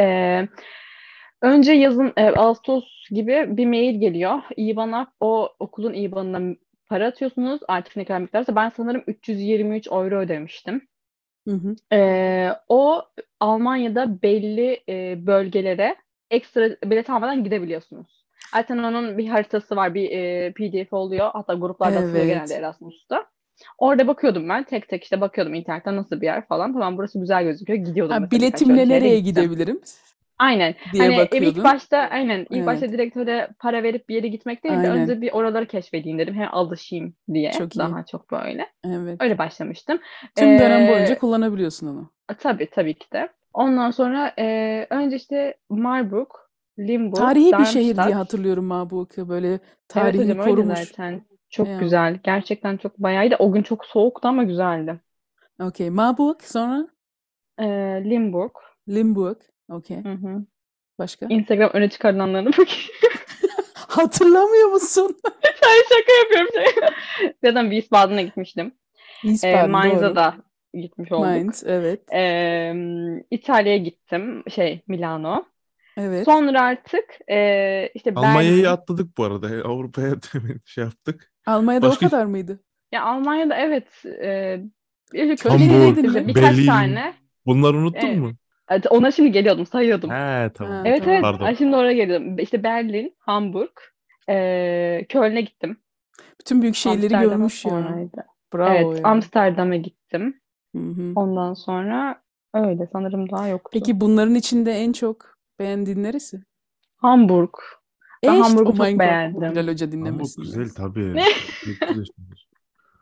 önce yazın Ağustos gibi bir mail geliyor. İBAN'a o okulun İBAN'ına para atıyorsunuz. Artık ne kadar miktarsa ben sanırım 323 euro ödemiştim. Hı hı. O Almanya'da belli bölgelere ekstra bilet almadan gidebiliyorsunuz. Zaten onun bir haritası var, bir PDF oluyor. Hatta gruplarda atılıyor genelde Evet. Erasmus'ta. Orada bakıyordum ben. Tek tek işte bakıyordum internetten nasıl bir yer falan. Tamam burası güzel gözüküyor. Gidiyordum Ha, mesela birkaç öyle biletimle şehre nereye gittim. gidebilirim Aynen. Hani diye ilk bakıyordun. başta aynen ilk Evet. başta direkt öyle para verip bir yere gitmek değil de Aynen. önce bir oraları keşfedeyim dedim. Hem alışayım diye Çok iyi. daha çok böyle. Evet. Öyle başlamıştım. Tüm dönem boyunca kullanabiliyorsun onu. Tabii ki de. Ondan sonra önce işte Marburg, Limburg, Tarihi bir şehir diye Darmstadt. hatırlıyorum Marburg'u. Böyle Evet tarihini hocam öyle korumuş. zaten. Çok Ya. güzel. Gerçekten çok bayağı iyi de o gün çok soğuktu ama güzeldi. Okey. Marburg, sonra Limburg. Limburg. Okey. Hı hı. Başka? Instagram öne çıkarılanlarına bak. Hatırlamıyor musun? Ay şaka yapıyorum. Zaten Wiesbaden'a gitmiştim. Wiesbaden, Mainz'a doğru. da gitmiş olduk. Mainz, evet. İtalya'ya gittim. Milano. Evet. Sonra artık işte Almanya'yı Berlin. atladık bu arada. Avrupa'ya demin şey yaptık. Almanya'da o Başka kadar mıydı? Ya Almanya'da evet Köln'e şehre Hamburg, gitmedin gittim mi? işte birkaç Berlin. tane. Bunları unuttun E, mu? evet, ona şimdi geliyordum sayıyordum. He, tamam. Ha, Evet evet tamam. Pardon. Şimdi oraya geliyordum. İşte Berlin, Hamburg, Köln'e gittim. Bütün büyük şehirleri Amsterdam'a görmüş ya. sonraydı. Bravo Evet ya. Amsterdam'a gittim. Hı hı. Ondan sonra öyle sanırım daha yoktu. Peki bunların içinde en çok beğendiğin neresi? Hamburg. Ben Echt, Hamburg'u oh çok mein Gott. Bilal Hilal beğendim. Hoca Hamburg dinlemesin ya. güzel tabii. Çok güzel şehir.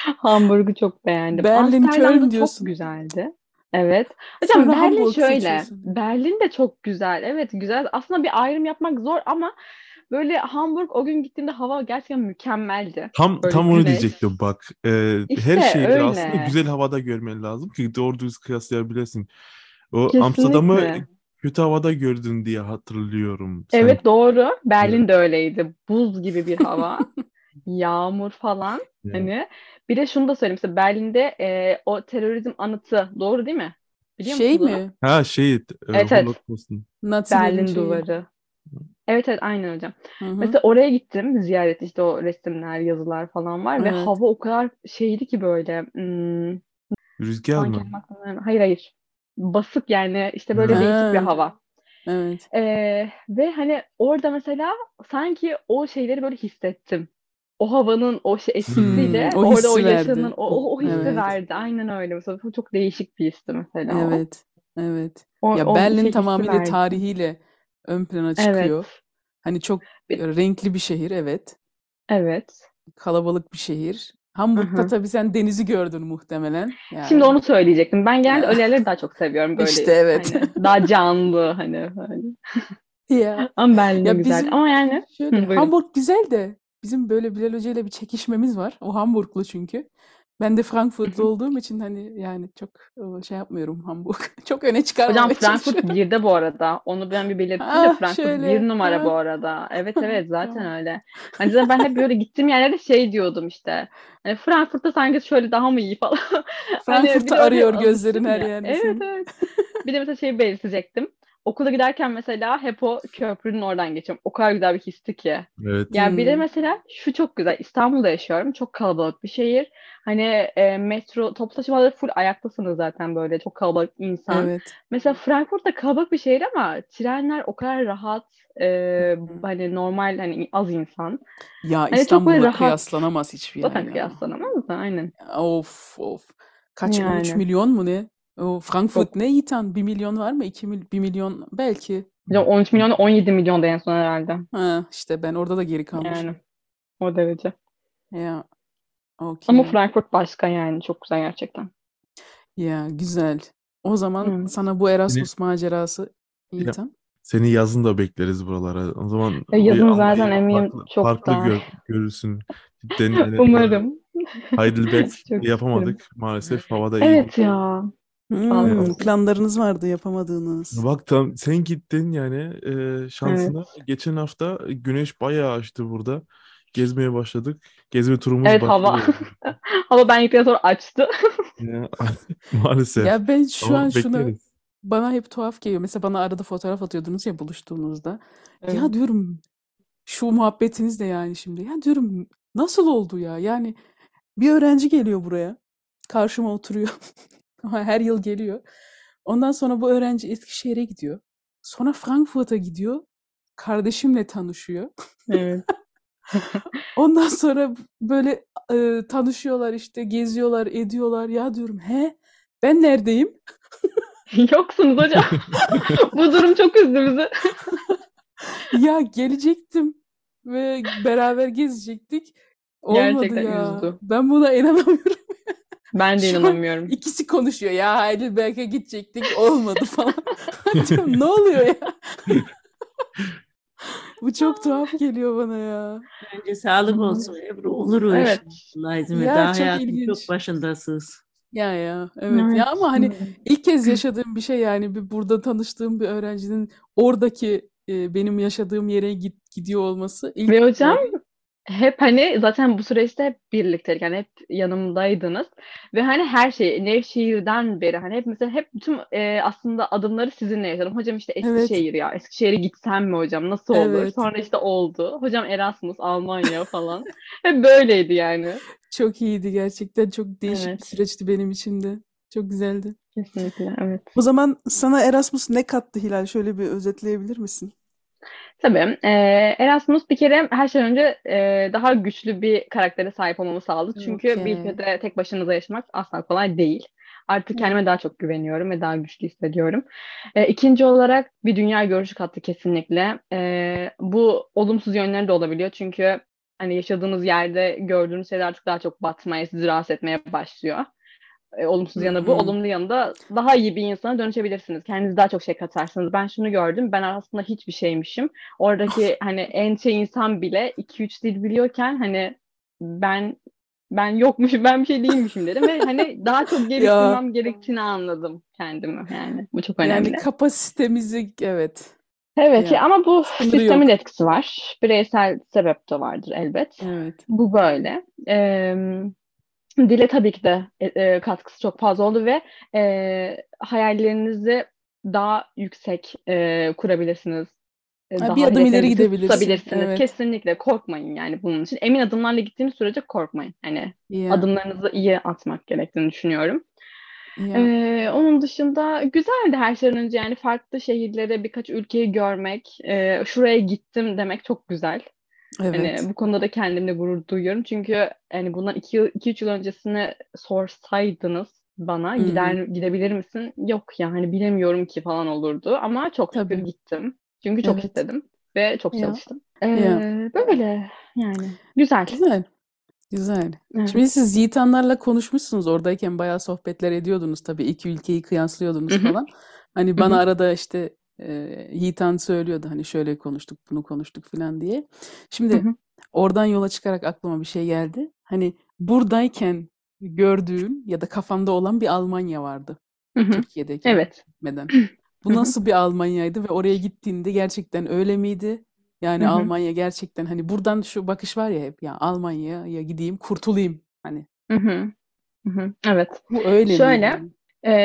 Hamburg'u çok beğendim. Berlin, Amsterdam Köln da çok diyorsun. güzeldi. Evet. Hocam Sonra Berlin Hamburg şöyle. seçiyorsun. Berlin de çok güzel. Evet güzel. Aslında bir ayrım yapmak zor ama böyle Hamburg o gün gittiğimde hava gerçekten mükemmeldi. Böyle Tam onu güneş. diyecektim bak. Her İşte şeyleri aslında öyle. güzel havada görmen lazım ki doğru düz kıyaslayabilesin. O Amsterdam'ı Kesinlikle. kötü havada gördün diye hatırlıyorum sen. Evet doğru. Evet. Berlin de öyleydi. Buz gibi bir hava. Yağmur falan. Ya. Hani bir de şunu da söyleyeyim. Mesela Berlin'de o terörizm anıtı. Doğru değil mi? Biliyor Şey musunuz onu? mi? Ha Evet evet. Holocaust'un. Nazilerin Berlin şeyi. Duvarı. Evet evet aynen hocam. Hı hı. Mesela oraya gittim ziyaret işte o resimler, yazılar falan var ve Evet. hava o kadar şeydi ki böyle Rüzgar şu an mı? kelime aklıma gelmiyor. Hayır hayır. Basık yani işte böyle Ha. değişik bir Ha, hava. evet. Ve hani orada mesela sanki o şeyleri böyle hissettim. O havanın o şey etkisiyle O orada o hissi yaşanan verdi. o hissi Evet. verdi. Aynen öyle. Mesela bu çok değişik bir histi mesela o. Evet. Evet. O, Ya o Berlin şey hissi tamamıyla verdi. tarihiyle ön plana çıkıyor. Evet. Hani çok Bir- renkli bir şehir, evet. Evet. Kalabalık bir şehir. Hı Hamburg'da hı. tabii sen denizi gördün muhtemelen. Şimdi Yani onu söyleyecektim. Ben genelde öyle yerleri daha çok seviyorum. işte Böyle evet. hani daha canlı hani. Ya Ama Berlin de ya güzel. bizim Ama yani şöyle buyurun. Hamburg güzel de bizim böyle Bilal Hoca ile bir çekişmemiz var. O Hamburglu çünkü. Ben de Hı Frankfurtlu hı. olduğum için hani yani çok şey yapmıyorum Hamburg. Çok öne Hocam çıkarmamaya Frankfurt çalışıyorum. 1'de bu arada. Onu ben bir belirteyim de Ah Frankfurt bir şöyle. numara bu Ha, arada. Evet evet zaten tamam. öyle. Hani zaten ben hep böyle gittiğim yerlerde şey diyordum işte. Hani Frankfurt'ta sanki şöyle daha mı iyi falan. Hani bir Frankfurt'u de öyle arıyor gözlerin alıştım her ya. yerde Evet senin. evet. Bir de mesela şeyi belirtecektim. Okula giderken mesela hep o köprünün oradan geçiyorum. O kadar güzel bir histi ki. Evet. Yani bir de Hmm, mesela şu çok güzel. İstanbul'da yaşıyorum. Çok kalabalık bir şehir. Hani metro, toplu taşımaları full ayaktasınız zaten böyle. Çok kalabalık insan. evet. Mesela Frankfurt da kalabalık bir şehir ama trenler o kadar rahat. Hmm. Hani normal hani az insan. Ya Hani çok böyle İstanbul'la rahat. kıyaslanamaz hiçbir yer Zaten ya. kıyaslanamaz da aynen. Of of. Kaç 13 Yani milyon mu ne? O Frankfurt çok. ne Yiğitan? 1 milyon var mı? 1 milyon belki. Hocam 13 milyon 17 milyon da en son herhalde. Ha, işte ben orada da geri kalmışım. Yani o derece. Ya Ama okey. Frankfurt başka yani. Çok güzel gerçekten. Ya güzel. O zaman Evet. sana bu Seni, Erasmus macerası ya, Yiğitan. seni yazın da bekleriz buralara. O zaman bir Yazın zaten Almanya'yı eminim çok farklı daha. görürsün. Cidden yani Umarım. Heidelberg Çok isterim. yapamadık. Maalesef havada iyi değil. Evet ya. E, Fazla sıcak. Planlarınız vardı yapamadığınız. Bak tam sen gittin yani şansına. Evet. Geçen hafta güneş bayağı açtı burada. Gezmeye başladık. Gezme turumuz Evet hava. başlıyor. Hava ben gittikten sonra açtı. Ya, maalesef. Ya ben şu an Ama şuna bekleriz. bana hep tuhaf geliyor. Mesela bana arada fotoğraf atıyordunuz ya buluştuğunuzda. Evet. Ya diyorum şu muhabbetiniz de yani şimdi. Ya diyorum nasıl oldu ya? Yani bir öğrenci geliyor buraya. Karşıma oturuyor. Her yıl geliyor. Ondan sonra bu öğrenci Eskişehir'e gidiyor. Sonra Frankfurt'a gidiyor. Kardeşimle tanışıyor. Evet. Ondan sonra böyle tanışıyorlar işte, geziyorlar, ediyorlar. Ya diyorum, he? Ben neredeyim? Yoksunuz hocam. Bu durum çok üzdü bizi. Ya gelecektim ve beraber gezecektik. Olmadı Gerçekten ya. üzdü. Ben buna inanamıyorum. Ben de Şu an inanamıyorum. ikisi konuşuyor. Ya Heidelberg'e gidecektik, olmadı falan. Diyorum, ne oluyor ya? Bu çok tuhaf geliyor bana ya. Bence sağlık olsun Ebru. Olur o iş. Evet. Allah izin ver. Ya Daha çok hayatın çok ilginç. başındasınız. Ya evet. Ya Evet. ama hani ilk kez yaşadığım bir şey yani bir burada tanıştığım bir öğrencinin oradaki benim yaşadığım yere gidiyor olması ilk Ve hocam böyle. hep hani zaten bu süreçte hep birlikte yani hep yanımdaydınız ve hani her şey Nevşehir'den beri hani hep mesela hep bütün aslında adımları sizinle yaşadım. Hocam işte Evet. Eskişehir ya Eskişehir'e gitsem mi hocam nasıl olur? Evet. Sonra işte oldu. Hocam Erasmus Almanya falan. Hep böyleydi yani. Çok iyiydi gerçekten. Çok değişik bir Evet. süreçti benim için de. Çok güzeldi. Kesinlikle evet. O zaman sana Erasmus ne kattı Hilal? Şöyle bir özetleyebilir misin? Tabii. Erasmus bir kere her şeyden önce daha güçlü bir karaktere sahip olmamı sağladı. Çünkü bir Okey. ülkede tek başınıza yaşamak asla kolay değil. Artık Evet. kendime daha çok güveniyorum ve daha güçlü hissediyorum. İkinci olarak bir dünya görüşü kattı kesinlikle. Bu olumsuz yönleri de olabiliyor. Çünkü Hani yaşadığınız yerde gördüğünüz şeyler artık daha çok batmaya, sizi rahatsız etmeye başlıyor. Olumsuz yanı bu. Hı. Olumlu yanı da daha iyi bir insana dönüşebilirsiniz. Kendinize daha çok şey katarsınız. Ben şunu gördüm. Ben aslında hiçbir şeymişim. Oradaki hani en şey insan bile 2-3 dil biliyorken hani ben yokmuşum, ben bir şey değilmişim dedim ve hani daha çok Ya geliştirmem gerektiğini anladım kendimi yani. Bu çok yani önemli. kapasitemizi evet. Evet Ya ama bu sınırı sistemin yok. etkisi var. Bireysel sebep de vardır elbet. Evet. Bu böyle. Dile tabii ki de katkısı çok fazla oldu ve hayallerinizi daha yüksek kurabilirsiniz. Ha, bir Daha adım ileri hedeflerinizi gidebilirsin. tutabilirsiniz. Evet. Kesinlikle korkmayın yani bunun için. Emin adımlarla gittiğiniz sürece korkmayın. Hani Ya adımlarınızı iyi atmak gerektiğini düşünüyorum. ya Onun dışında güzeldi her şeyden önce yani farklı şehirlere birkaç ülkeyi görmek, şuraya gittim demek çok güzel. Hani evet. bu konuda da kendimle gurur duyuyorum. Çünkü yani bundan 2-3 yıl öncesini sorsaydınız bana Hı hı. gidebilir misin? Yok yani bilemiyorum ki falan olurdu. Ama çok şükür Tabii. gittim. Çünkü çok Evet. istedim ve çok Ya çalıştım. ya Böyle yani güzel. güzel. Güzel. Şimdi Evet. siz Yiğitanlarla konuşmuşsunuz. Oradayken bayağı sohbetler ediyordunuz tabii. İki ülkeyi Hı kıyaslıyordunuz hı, falan. Hani hı bana hı, arada işte Yiğitan söylüyordu hani şöyle konuştuk, bunu konuştuk falan diye. hı Şimdi hı, oradan yola çıkarak aklıma bir şey geldi. Hani buradayken gördüğün ya da kafanda olan bir Almanya vardı. hı hı. Türkiye'deyken Evet. gitmeden. Bu Hı hı, nasıl bir Almanya'ydı ve oraya gittiğinde gerçekten öyle miydi? hı Yani hı, Almanya gerçekten hani buradan şu bakış var ya hep ya Almanya'ya gideyim kurtulayım hani. hı hı, hı hı. Evet. Bu öyle mi Şöyle, yani?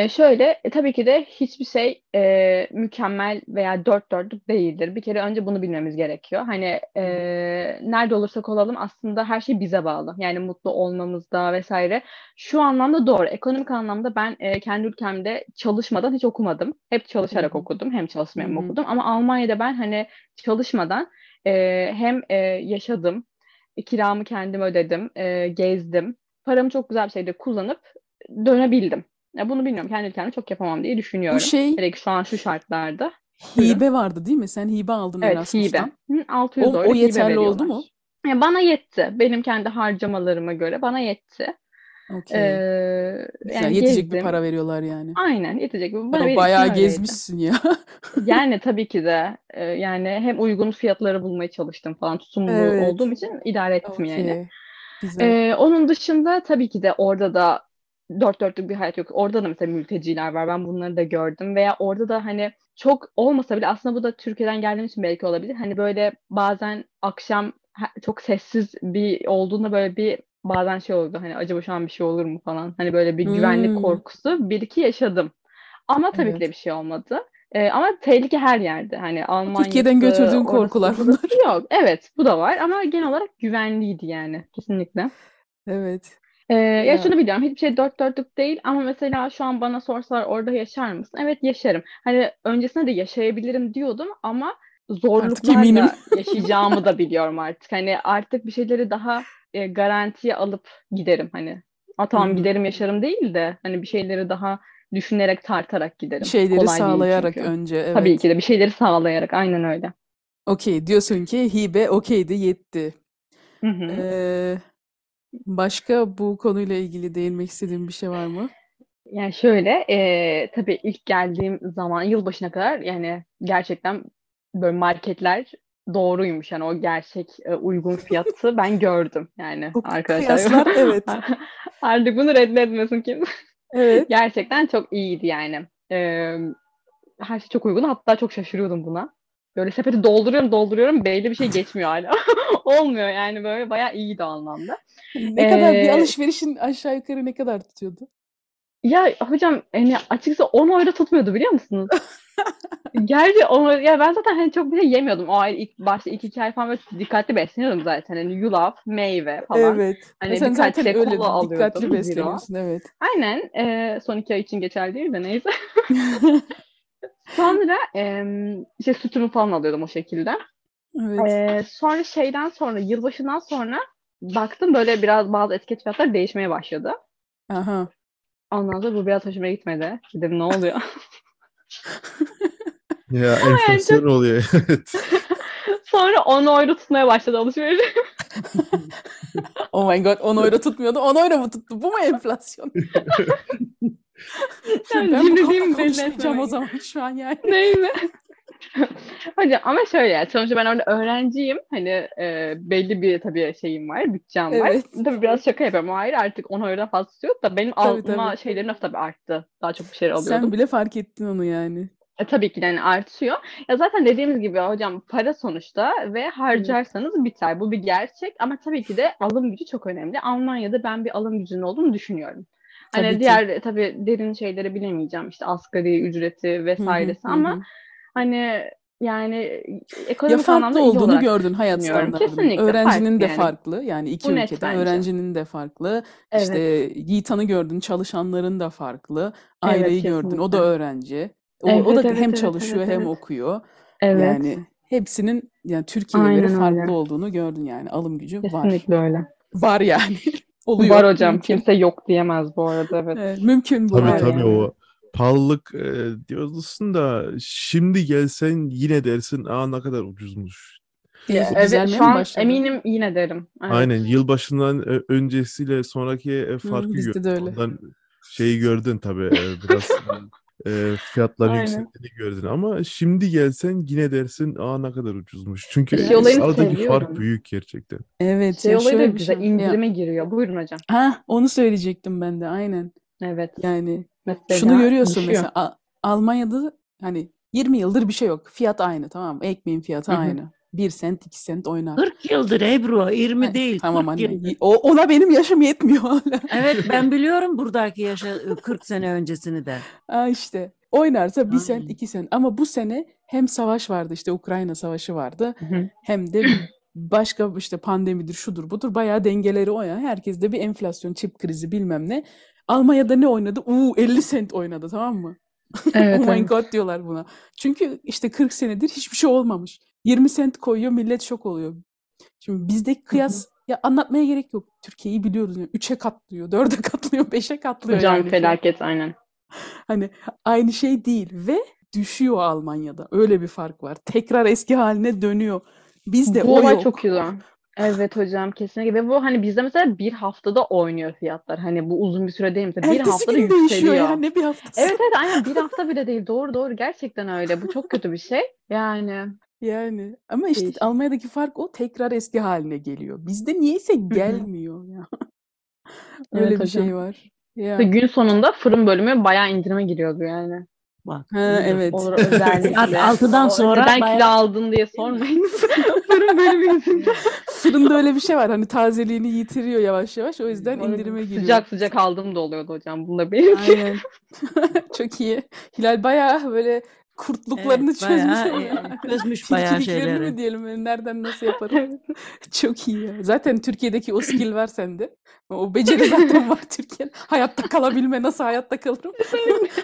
tabii ki de hiçbir şey mükemmel veya dört dörtlük değildir. Bir kere önce bunu bilmemiz gerekiyor. Hani nerede olursak olalım aslında her şey bize bağlı. Yani mutlu olmamızda vesaire. Şu anlamda doğru. Ekonomik anlamda ben kendi ülkemde çalışmadan hiç okumadım. Hep Hı çalışarak hı. okudum. Hem Hı çalışmaya hem hı. okudum. Ama Almanya'da ben hani çalışmadan hem yaşadım, kiramı kendim ödedim, gezdim. Paramı çok güzel bir şekilde kullanıp dönebildim. Ya bunu bilmiyorum. Kendi ülkemde çok yapamam diye Bu düşünüyorum. şey Hele ki şu an şu şartlarda. Buyurun. hibe vardı değil mi? Sen hibe aldın Evet, hibe. Erasmus'tan. 600 O euro hibe yeterli oldu mu? veriyorlar. Ya bana yetti. Benim kendi harcamalarıma göre bana yetti. Ee, Okey. Güzel. Yani Yetecek bir gezdim. para veriyorlar yani. Aynen yetecek. Bana Ya benim için bayağı öyleydi. gezmişsin ya. Yani tabii ki de yani hem uygun fiyatları bulmaya çalıştım falan. Tutumlu olduğum Evet. için idare ettim yani. Okey. Güzel. Onun dışında tabii ki de orada da dört dörtlük bir hayat yok. Orada da mesela mülteciler var. Ben bunları da gördüm. Veya orada da hani çok olmasa bile aslında bu da Türkiye'den geldiğim için belki olabilir. Hani böyle bazen akşam çok sessiz bir olduğunda böyle bir bazen şey oldu. Hani acaba şu an bir şey olur mu falan. Hani böyle bir güvenlik Hmm, korkusu bir iki yaşadım. Ama tabii ki de evet. bir şey olmadı. Ama tehlike her yerde. Hani Türkiye'den Almanya'sı, götürdüğün orası korkular burası bunlar. yok. Evet, bu da var ama genel olarak güvenliydi yani. Kesinlikle. Evet. Ya Ya şunu biliyorum, hiçbir şey dört dörtlük değil ama mesela şu an bana sorsalar orada yaşar mısın? Evet yaşarım. Hani öncesinde de yaşayabilirim diyordum ama artık eminim. zorluklarla yaşayacağımı da biliyorum artık. Hani artık bir şeyleri daha garantiye alıp giderim hani. Hı Tamam hı. giderim yaşarım değil de hani bir şeyleri daha düşünerek tartarak Bir giderim. şeyleri Kolay değil sağlayarak çünkü. önce Tabii ki evet. de bir şeyleri sağlayarak aynen öyle. Okey diyorsun ki hibe okeydi yetti. Hı hı. Ee, başka bu konuyla ilgili değinmek istediğin bir şey var mı? Yani şöyle, tabii ilk geldiğim zaman yılbaşına kadar yani gerçekten böyle marketler doğruymuş. Yani o gerçek uygun fiyatı ben gördüm yani Bu arkadaşlar. kıyaslar evet. Artık bunu reddetmesin kim. Evet. Gerçekten çok iyiydi yani. Her şey çok uygun. Hatta çok şaşırıyordum buna. Böyle sepeti dolduruyorum belli bir şey geçmiyor hala. Olmuyor yani böyle bayağı iyiydi o anlamda. Ne kadar bir Ee, alışverişin aşağı yukarı ne kadar tutuyordu? Ya hocam hani açıkçası 10 euro tutmuyordu biliyor musunuz? Gerçi o ya ben zaten hani çok bir şey yemiyordum. O ay ilk başta ilk 2 ay falan böyle dikkatli besleniyordum zaten. Hani yulaf, meyve falan. Evet. Hani Sen birkaç zaten şey öyle kola dikkatli alıyordum zero. besleniyorsun evet. Aynen son 2 ay için geçerli değil de neyse. Sonra işte sütümü falan alıyordum o şekilde. Evet. Sonra şeyden sonra yılbaşından sonra baktım böyle biraz bazı etiket fiyatları değişmeye başladı. Aha. Ondan sonra bu biraz hoşuma gitmedi. Dedim ne oluyor? Ya Yani çok enflasyon oluyor. Evet. sonra 10 euro tutmaya başladı alışveriş. Oh my God, 10 euro tutmuyordu. 10 euro mu tuttu? Bu mu enflasyon? Yani Ben bu konuda cimriliğimi belli konuşmayacağım o etmemek. zaman şu an yani. Neyse. Hocam ama şöyle sonuçta ben orada öğrenciyim. Hani belli bir tabii şeyim var, bütçem var. Evet. Tabii biraz şaka yapıyorum. Hayır artık 10 eurodan fazlası yok da benim Tabii alma tabii. şeylerim tabii arttı. Daha çok bir şeyler Sen alıyordum. bile fark ettin onu yani. Tabii ki de yani artıyor. Ya zaten dediğimiz gibi hocam para sonuçta ve Evet. harcarsanız biter. Bu bir gerçek ama tabii ki de alım gücü çok önemli. Almanya'da ben bir alım gücünün olduğunu düşünüyorum. Hani Tabii ki. diğer tabii derin şeyleri bilemeyeceğim. İşte asgari ücreti Hı hı vesairesi hı ama hı. hani yani Ya ekonomik farklı anlamda iyi olduğunu olarak gördün hayat düşünüyorum. standartının. Kesinlikle Öğrencinin farklı de yani. farklı. Yani iki Bu net ülkeden bence. öğrencinin de farklı. Evet. İşte Yiğitan'ı gördün, çalışanların da farklı. Evet Aileyi gördün, o da kesinlikle. öğrenci. O Evet da hem evet evet çalışıyor evet hem evet. okuyor. Evet. Yani hepsinin yani Türkiye'ye göre Aynen farklı öyle. olduğunu gördün yani. Alım gücü var. Kesinlikle öyle. Var yani. Var Oluyor, hocam. mümkün. Kimse yok diyemez bu arada. Evet. Mümkün bu, Tabii evet. tabii Yani. o pahalılık diyorsun da şimdi gelsen yine dersin ne kadar ucuzmuş. Ya, evet Düzelmeye şu mi an başladı? eminim yine derim. Evet. Aynen yılbaşından öncesiyle sonraki farkı Bizde de gördün. öyle. Ondan şeyi gördün tabii biraz fiyatlar Aynen. yükseldiğini gördün ama şimdi gelsen yine dersin ne kadar ucuzmuş. Çünkü Şey Ya olayını işte. aradaki fark seviyorum. büyük gerçekten. Evet Şey ya olayı da şöyle bir güzel. şey var. Ya İndirime giriyor. Buyurun hocam. onu söyleyecektim ben de aynen. Evet. Yani şunu Mesela görüyorsun düşüyor. mesela Almanya'da hani 20 yıldır bir şey yok. Fiyat aynı, tamam mı? Ekmeğin fiyatı Hı hı. aynı. 1 sent 2 sent oynar. 40 yıldır Ebru, 20 Ay, değil, tamam 40 anne. yıldır. Ona benim yaşım yetmiyor hala. Evet, ben biliyorum buradaki 40 sene öncesini de. İşte oynarsa 1 sent Aynen. 2 sent. Ama bu sene hem savaş vardı, işte Ukrayna savaşı vardı. Hı hı. Hem de başka işte pandemidir şudur budur bayağı dengeleri o ya. Herkeste bir enflasyon, çip krizi bilmem ne. Almanya'da ne oynadı? 50 sent oynadı, tamam mı? Evet Oh my evet. God diyorlar buna. Çünkü işte 40 senedir hiçbir şey olmamış. 20 sent koyuyor, millet şok oluyor. Şimdi bizdeki Hı hı. kıyas ya anlatmaya gerek yok. Türkiye'yi biliyoruz yani. 3'e katlıyor, 4'e katlıyor, 5'e katlıyor Hocam yani fiyat. felaket aynen. Hani aynı şey değil ve düşüyor Almanya'da. Öyle bir fark var. Tekrar eski haline dönüyor. Bizde Bu o olay çok yok. güzel. Evet hocam kesinlikle. Ve bu hani bizde mesela bir haftada oynuyor fiyatlar. Hani bu uzun bir süre değil mesela. Bir Ertesi haftada gün değişiyor ya, yükseliyor. ne bir haftası. Evet evet aynen bir hafta bile değil. Doğru doğru gerçekten öyle. Bu çok kötü bir şey. Yani Yani ama işte değişik. Almanya'daki fark o, tekrar eski haline geliyor. Bizde niyeyse Hı hı. gelmiyor ya. Evet Öyle bir hocam. şey var. Ve Ya. gün sonunda fırın bölümü bayağı indirime giriyordu yani. Bak, Ha, buyur. evet. Olur Saat özellikle. 6'dan O sonra neden kilo bayağı, aldın diye değil mi? sormayınız. Fırın bölümü yüzünden. Fırında öyle bir şey var. Hani tazeliğini yitiriyor yavaş yavaş. O yüzden Böyle indirime giriyor. sıcak sıcak aldığım da oluyordu hocam. Bunu da belirteyim. Aynen. Çok iyi. Hilal bayağı böyle kurtluklarını Evet, çözmüş bayağı ama çözmüş bayağı tilkiliklerini şeyleri. mi diyelim, yani nereden nasıl yaparım? Evet. Çok iyi ya. Zaten Türkiye'deki o skill var sende. O beceri zaten var Türkiye'de. Hayatta kalabilme, nasıl hayatta kalırım? Kesinlikle.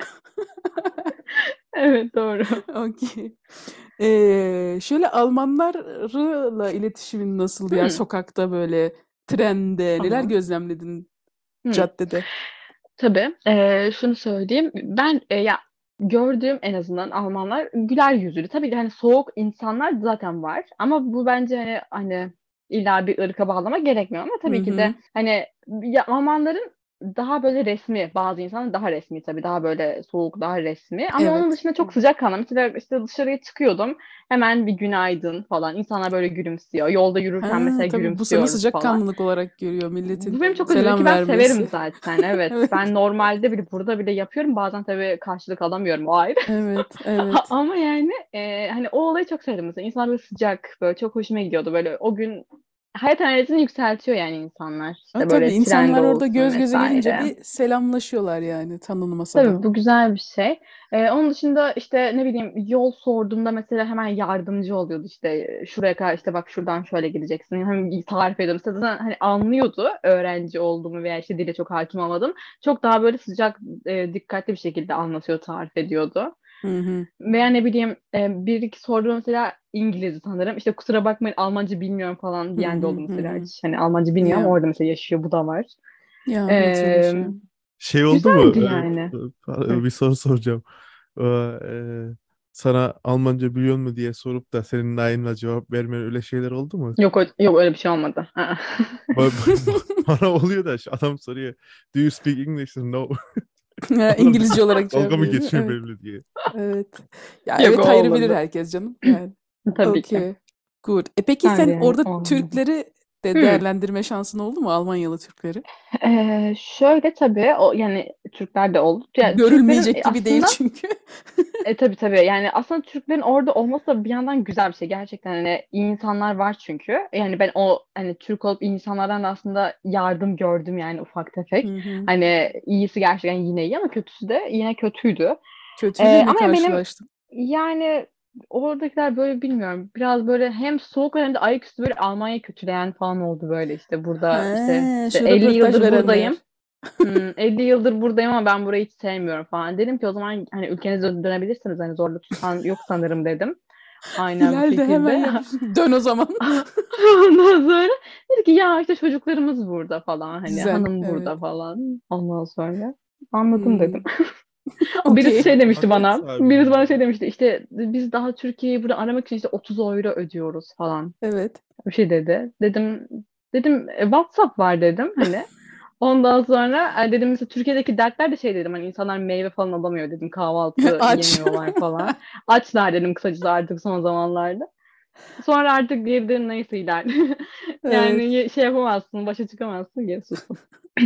Evet doğru. Okey. Şöyle Almanlarla iletişimin nasıldı ya, Hmm. sokakta böyle trende neler Tamam. gözlemledin Hmm. caddede? Tabii. Şunu söyleyeyim. Ben ya gördüğüm en azından Almanlar güler yüzlü. Tabii ki hani soğuk insanlar zaten var. Ama bu bence hani illa bir ırka bağlama gerekmiyor. Ama Hı tabii ki de hı. hani ya Almanların daha böyle resmi, bazı insanlar daha resmi tabii, daha böyle soğuk, daha resmi. Ama onun Evet. dışında çok sıcakkanlı. Mesela işte dışarıya çıkıyordum. Hemen bir günaydın falan. İnsanlar böyle gülümsüyor. Yolda yürürken Ha, mesela tabii bu sana gülümsüyoruz falan. sıcakkanlılık olarak görüyor milletin Bu benim çok hoşuma gidiyor selam ki ben severim vermesi. zaten. Evet. Evet. Ben normalde bile burada bile yapıyorum. Bazen tabii karşılık alamıyorum, o ayrı. Evet, evet. Ama yani hani o olayı çok sevdim mesela. İnsanlar böyle sıcak, böyle çok hoşuma gidiyordu. Böyle o gün hayat enerjisini yükseltiyor yani insanlar. İşte Tabii böyle trende insanlar orada olsun göz göze gelince vesaire. bir selamlaşıyorlar yani, tanınmasa da. Tabii bu güzel bir şey. Onun dışında işte ne bileyim yol sorduğumda mesela hemen yardımcı oluyordu, işte şuraya kadar, işte bak şuradan şöyle gideceksin. Hem tarif ediyordu. Mesela zaten hani anlıyordu öğrenci olduğumu veya işte dile çok hakim olmadım. Çok daha böyle sıcak, dikkatli bir şekilde anlatıyor, tarif ediyordu. Hı hı. Veya ne bileyim bir iki sorduğum mesela İngilizce sanırım. İşte kusura bakmayın Almanca bilmiyorum falan Hı diyen de hı oldu hı mesela. hı. Hiç hani Almanca bilmiyorum, Ya orada mesela yaşıyor, bu da var. ya evet, öyle E, şey. Şey oldu mu? güzeldi yani. Hı. Bir soru soracağım. sana Almanca biliyor mu diye sorup da senin Naim'le cevap vermeyen öyle şeyler oldu mu? Yok yok öyle bir şey olmadı. Aa. Bana oluyor da adam soruyor. Do you speak English? No. İngilizce olarak cevap Dalga mı veriyor. geçiyor Evet. benimle diye. Evet. Ya Yok o evet hayrı bilir olmadı. herkes canım. Yani. Tabii ki. Okay. Good. Peki Öyle sen yani orada olmadı. Türkleri de değerlendirme şansın oldu mu? Almanyalı Türkleri. Şöyle tabii o yani Türkler de oldu. Yani Türklerin Görülmeyecek gibi değil aslında çünkü. tabii yani aslında Türklerin orada olması da bir yandan güzel bir şey. Gerçekten hani iyi insanlar var çünkü. Yani ben o hani Türk olup iyi insanlardan da aslında yardım gördüm yani ufak tefek. Hı hı. Hani iyisi gerçekten yine iyi ama kötüsü de yine kötüydü. Kötüyle mi Ama ya benim karşılaştın? yani oradakiler böyle bilmiyorum. Biraz böyle hem soğuk hem de ayaküstü böyle Almanya'yı kötüleyen falan oldu böyle işte burada işte Şu 50 röportaj yıldır verenler. buradayım. 50 yıldır buradayım ama ben burayı hiç sevmiyorum falan. Dedim ki o zaman hani ülkenize dönebilirsiniz hani zorla tutan yok sanırım dedim. Aynen bu Hilal de hemen şekilde. yapıştı. Dön o zaman. Ondan sonra dedi ki ya işte çocuklarımız burada falan hani Güzel. hanım Evet. burada falan. Ondan sonra anladım dedim. Hmm. Birisi Okey. şey demişti Market bana. sahibi Birisi bana miydi? şey demişti işte biz daha Türkiye'yi burada aramak için işte 30 euro ödüyoruz falan. Evet. Bir şey dedi. Dedim WhatsApp var dedim hani. Ondan sonra dedim mesela Türkiye'deki dertler de şey dedim hani insanlar meyve falan alamıyor dedim kahvaltı Aç. yemiyorlar falan. Açlar dedim kısacası artık son zamanlarda. Sonra artık geri dedim neyse iler. Yani Evet. şey yapamazsın başa çıkamazsın geri sustum.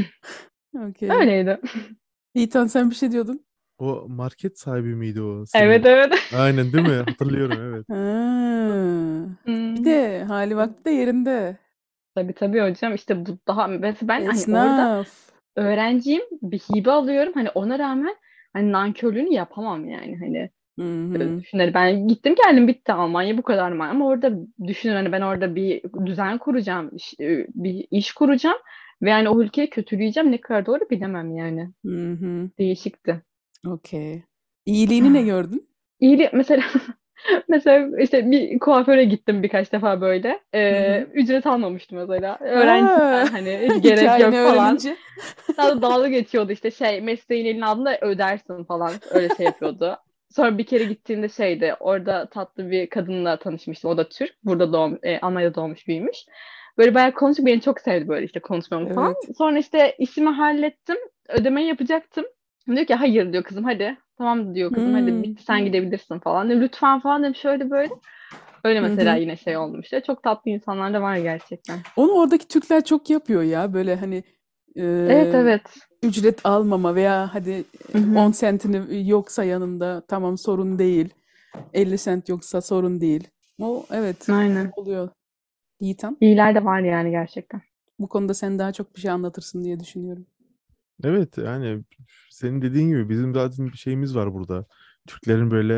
Okey. Öyleydi. İtan sen bir şey diyordun. O market sahibi miydi o Evet senin? evet. Aynen değil mi? Hatırlıyorum evet. Ha. Bir Hmm. de hali vakti de yerinde. Tabii hocam işte bu daha mesela ben hani orada Esnaf. öğrenciyim bir hibe alıyorum hani ona rağmen hani nankörlüğünü yapamam yani hani Hı hı. düşün hani ben gittim geldim bitti Almanya bu kadar mı ama orada düşünün hani ben orada bir düzen kuracağım bir iş kuracağım ve yani o ülkeyi kötüleyeceğim ne kadar doğru bilemem yani Hı hı. değişikti. Okey. İyiliğini ne gördün? İyi mesela mesela işte bir kuaföre gittim birkaç defa böyle. Hı hı. Ücret almamıştım mesela. Öğrenciyim Ha. ben hani hiç gerek Hikayeni yok falan. öğrenince. Daha da dalga geçiyordu işte şey mesleğin elini aldığında ödersin falan öyle şey yapıyordu. Sonra bir kere gittiğimde şeydi orada tatlı bir kadınla tanışmıştım. O da Türk. Burada Almanya'da doğmuş büyümüş. Böyle bayağı konuştuk. Beni çok sevdi böyle işte konuşmamı falan. Evet. Sonra işte işimi hallettim. Ödemeyi yapacaktım. Diyor ki hayır diyor kızım hadi. Tamam diyor kızım hadi Hmm. bitti sen gidebilirsin falan. Dedim, lütfen falan dedim şöyle böyle. Öyle Hı mesela hı. yine şey olmuştu. Çok tatlı insanlar da var gerçekten. Onu oradaki Türkler çok yapıyor ya. Böyle hani Evet e, evet. ücret almama veya hadi Hı 10 hı. sentini yoksa yanında tamam sorun değil. 50 sent yoksa sorun değil. O evet Aynen. oluyor. Yiğitan. İyiler de var yani gerçekten. Bu konuda sen daha çok bir şey anlatırsın diye düşünüyorum. Evet yani senin dediğin gibi bizim zaten bir şeyimiz var burada. Türklerin böyle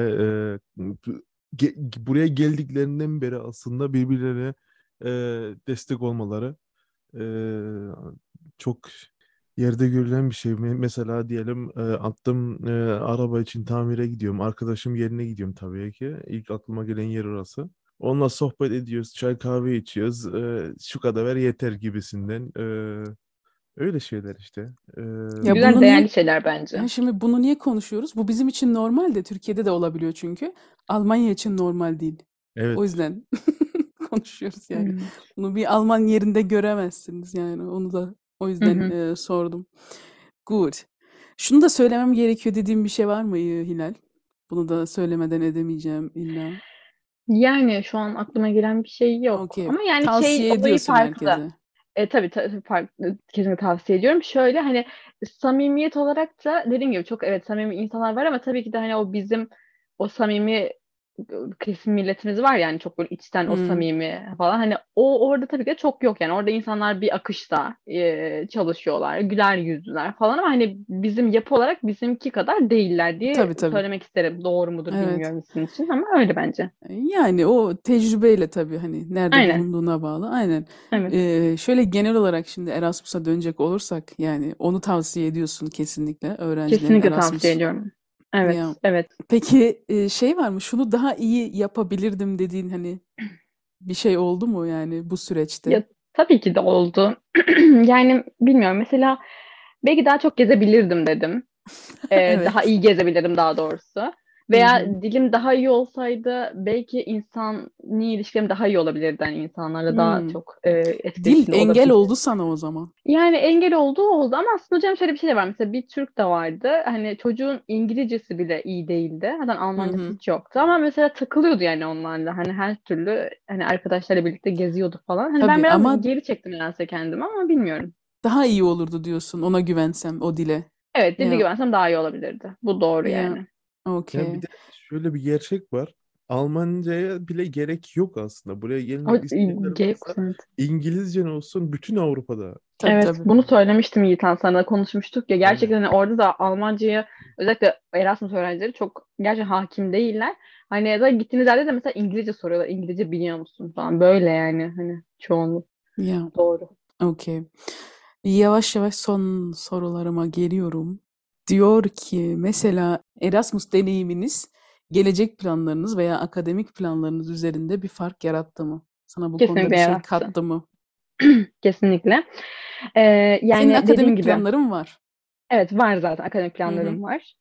buraya geldiklerinden beri aslında birbirlerine e, destek olmaları e, çok yerde görülen bir şey. Mesela diyelim attım araba için tamire gidiyorum. Arkadaşım yerine gidiyorum tabii ki. İlk aklıma gelen yer orası. Onunla sohbet ediyoruz, çay kahve içiyoruz. Şu kadar ver yeter gibisinden. Öyle şeyler işte. Ya Güzel bunu niye değerli şeyler bence. şimdi bunu niye konuşuyoruz? Bu bizim için normal de Türkiye'de de olabiliyor çünkü. Almanya için normal değil. O Evet. yüzden konuşuyoruz yani. Evet. Bunu bir Alman yerinde göremezsiniz yani. Onu da o Hı yüzden hı. sordum. Good. Şunu da söylemem gerekiyor dediğim bir şey var mı Hilal? Bunu da söylemeden edemeyeceğim illa. Yani şu an aklıma gelen bir şey yok. Okey. Ama yani şey Tavsiye olayı ediyorsun farklı. herkese. Tabii farklı. Kesinlikle tavsiye ediyorum. Şöyle hani samimiyet olarak da dediğim gibi çok evet samimi insanlar var ama tabii ki de hani o bizim o samimi kesim milletimiz var yani çok böyle içten o Hmm. samimi falan hani o orada tabii ki de çok yok yani orada insanlar bir akışta çalışıyorlar güler yüzlüler falan ama hani bizim yapı olarak bizimki kadar değiller diye Tabii tabii. söylemek isterim doğru mudur Evet. bilmiyorum sizin için ama öyle bence. Yani o tecrübeyle tabii hani nerede Aynen. bulunduğuna bağlı. Aynen. Evet. Şöyle genel olarak şimdi Erasmus'a dönecek olursak yani onu tavsiye ediyorsun kesinlikle öğrencilerin Kesinlikle tavsiye Erasmus. ediyorum. Ya Evet, evet. peki şey var mı? Şunu daha iyi yapabilirdim dediğin hani bir şey oldu mu yani bu süreçte? Ya tabii ki de oldu. Yani bilmiyorum. Mesela belki daha çok gezebilirdim dedim. Daha Evet. iyi gezebilirdim daha doğrusu. Veya hı. dilim daha iyi olsaydı belki insani ilişkilerim daha iyi olabilirdi. Yani insanlarla daha Hmm. çok Dil etkileşimde engel olabilirdim. oldu sana o zaman. Yani engel olduğu oldu ama aslında hocam şöyle bir şey de var. Mesela bir Türk de vardı. Hani çocuğun İngilizcesi bile iyi değildi. Zaten Hı Almancası hı. hiç yoktu ama mesela takılıyordu yani onlarla. Hani her türlü hani arkadaşlarla birlikte geziyordu falan. Hani ben Tabii biraz ama geri çektim nedense kendimi ama bilmiyorum. daha iyi olurdu diyorsun ona güvensem o dile. Evet, dili Ya, güvensem daha iyi olabilirdi. Bu doğru ya, yani. Ya bir okey. de şöyle bir gerçek var. Almancaya bile gerek yok aslında. Buraya O gelmek isteyenler varsa evet. İngilizcen olsun bütün Avrupa'da. Tabii Evet, tabii. bunu söylemiştim Yiğitan sana konuşmuştuk ya Aynen. gerçekten hani orada da Almanca'ya özellikle Erasmus öğrencileri çok gerçekten hakim değiller. Hani ya da gittiğiniz yerde de mesela İngilizce soruyorlar. İngilizce biliyor musun falan böyle yani hani çoğunluk Ya, doğru. okey. Yavaş yavaş son sorularıma geliyorum. Diyor ki mesela Erasmus deneyiminiz gelecek planlarınız veya akademik planlarınız üzerinde bir fark yarattı mı? Sana bu konuda Kesinlikle bir şey yarattı. kattı mı? Kesinlikle. Senin Yani dediğim akademik gibi planların var. evet var zaten akademik Hı hı. planlarım var.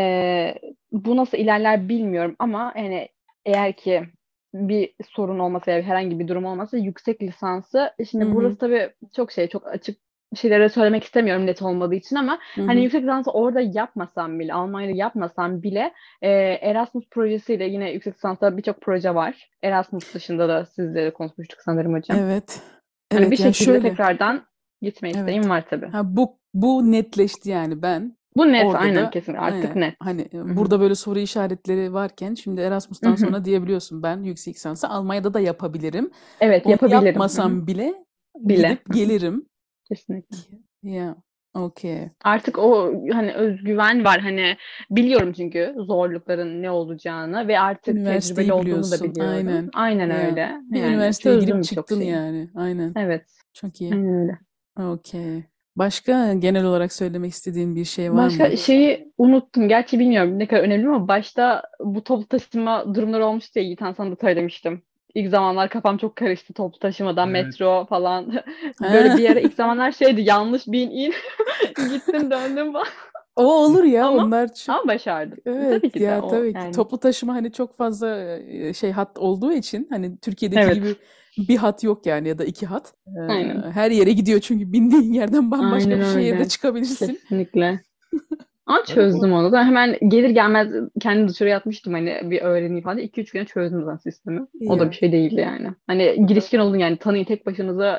Bu nasıl ilerler bilmiyorum ama yani eğer ki bir sorun olmasa veya herhangi bir durum olmasa yüksek lisansı Hı şimdi hı. burası tabii çok çok açık şeylere söylemek istemiyorum net olmadığı için ama Hı hani hı. yüksek lisansı orada yapmasam bile Almanya'da yapmasam bile Erasmus projesiyle yine yüksek lisansta birçok proje var. Erasmus dışında da sizle de konuşmuştuk sanırım hocam. Evet. Hani bir Evet yani şekilde şöyle. tekrardan gitme Evet. isteğim var tabii. Ha bu netleşti yani ben Bu net orada aynen da kesin artık aynen net. hani Hı hı. burada böyle soru işaretleri varken şimdi Hı Erasmus'tan hı. sonra diyebiliyorsun ben yüksek lisansı Almanya'da da yapabilirim. Evet Onu yapabilirim. Hı hı. yapmasam bile Bile. gidip Hı hı. gelirim. Kesinlikle. Ya, okay. Artık o hani özgüven var hani biliyorum çünkü zorlukların ne olacağını ve artık tecrübeli Üniversiteyi olduğumu da biliyorsun. biliyorum. Aynen. Aynen Ya. öyle. Bir Yani üniversiteye girip çözdüm birçok çıktın şeyi. yani. Aynen. Evet. Çok iyi. Aynen öyle. Okay. Başka genel olarak söylemek istediğin bir şey var mı? Başka şeyi unuttum. Gerçi bilmiyorum ne kadar önemli ama başta bu toplu taşıma durumları olmuştu ya Yiğitan sana da söylemiştim. İlk zamanlar kafam çok karıştı toplu taşımadan Evet. metro falan. Böyle Ha, bir ara ilk zamanlar şeydi yanlış bin in gittim döndüm falan. o olur ya Ama onlar çok. ama başardım. Tabii Evet ki de ya o tabii ki yani. toplu taşıma hani çok fazla şey hat olduğu için hani Türkiye'deki gibi Evet. bir hat yok yani ya da iki hat. Aynen. Her yere gidiyor çünkü bindiğin yerden bambaşka Aynen bir şehirde öyle. çıkabilirsin. Kesinlikle. Ama Hani o çözdüm onu da. Hemen gelir gelmez kendimi dışarı atmıştım hani bir öğreneyim falan. 2-3 güne çözdüm zaten sistemi. O da bir Ya. şey değildi yani. Hani girişken olun yani tanıyın tek başınıza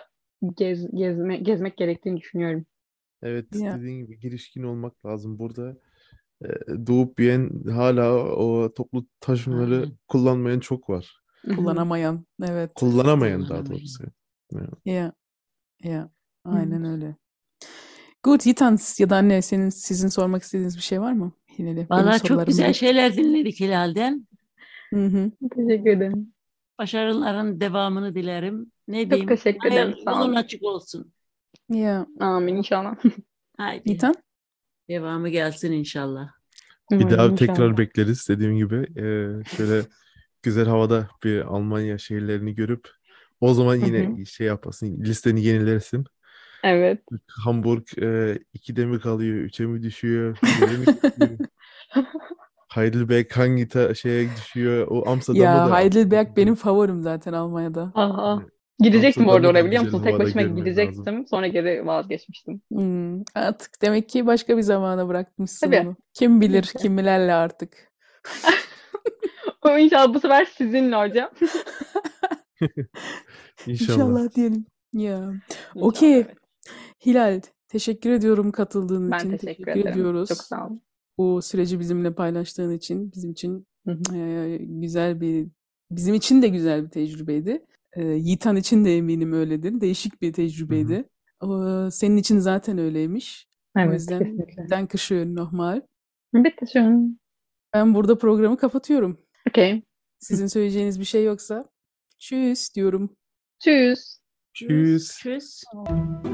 gezmek gerektiğini düşünüyorum. evet Ya. dediğin gibi girişkin olmak lazım. Burada e, doğup büyüyen hala o toplu taşımaları Aynen. kullanmayan çok var. Hı hı. Kullanamayan. Evet. Kullanamayan daha Kullanamayın. doğrusu. Ya. Ya. Ya. Evet. Aynen öyle. Good Yitans ya da anne sizin sormak istediğiniz bir şey var mı? Yine de benim Vallahi çok sorularım güzel bitti. şeyler dinledik Hilal'den. Hı hı. Teşekkür ederim. Başarıların devamını dilerim. Ne Çok diyeyim? teşekkür ederim. Hayır, Sağ yolun olun. açık olsun. Ya. Amin inşallah. Haydi. Yiğitan? Devamı gelsin inşallah. Bir Umarım daha tekrar inşallah. bekleriz dediğim gibi. Şöyle güzel havada bir Almanya şehirlerini görüp o zaman Hı hı. yine şey yapasın, listeni yenilersin. Evet. Hamburg 2'de mi kalıyor, 3'e mi düşüyor, 1'e mi düşüyor? Heidelberg hangi şeye düşüyor? O Amsterdam'ı Ya da Heidelberg benim favorim zaten Almanya'da. Aha. yani Gidecektim orada Amsterdam'ı da oraya biliyor güzel musun? Tek havada başıma görmen lazım. gidecektim. Sonra geri vazgeçmiştim. Artık demek ki başka bir zamana bırakmışsın Tabii. onu. Kim bilir Tabii ki. kimlerle artık. O inşallah bu sefer sizinle hocam. İnşallah. İnşallah diyelim. Ya. İnşallah Okey. evet. Hilal, teşekkür ediyorum katıldığın Ben için. teşekkür Teşekkür ederim. Çok ediyoruz. sağ olun. Bu süreci bizimle paylaştığın için bizim için Hı hı. güzel bizim için de güzel bir tecrübeydi. Yiğitan için de eminim öyledir. Değişik bir Hı hı. tecrübeydi. Senin için zaten öyleymiş. O Evet yüzden kesinlikle. Dankeschön nochmal. Bitte schön. Ben burada programı kapatıyorum. Okay. Sizin söyleyeceğiniz bir şey yoksa tschüss diyorum. Tschüss. Tschüss. Tschüss. Tschüss.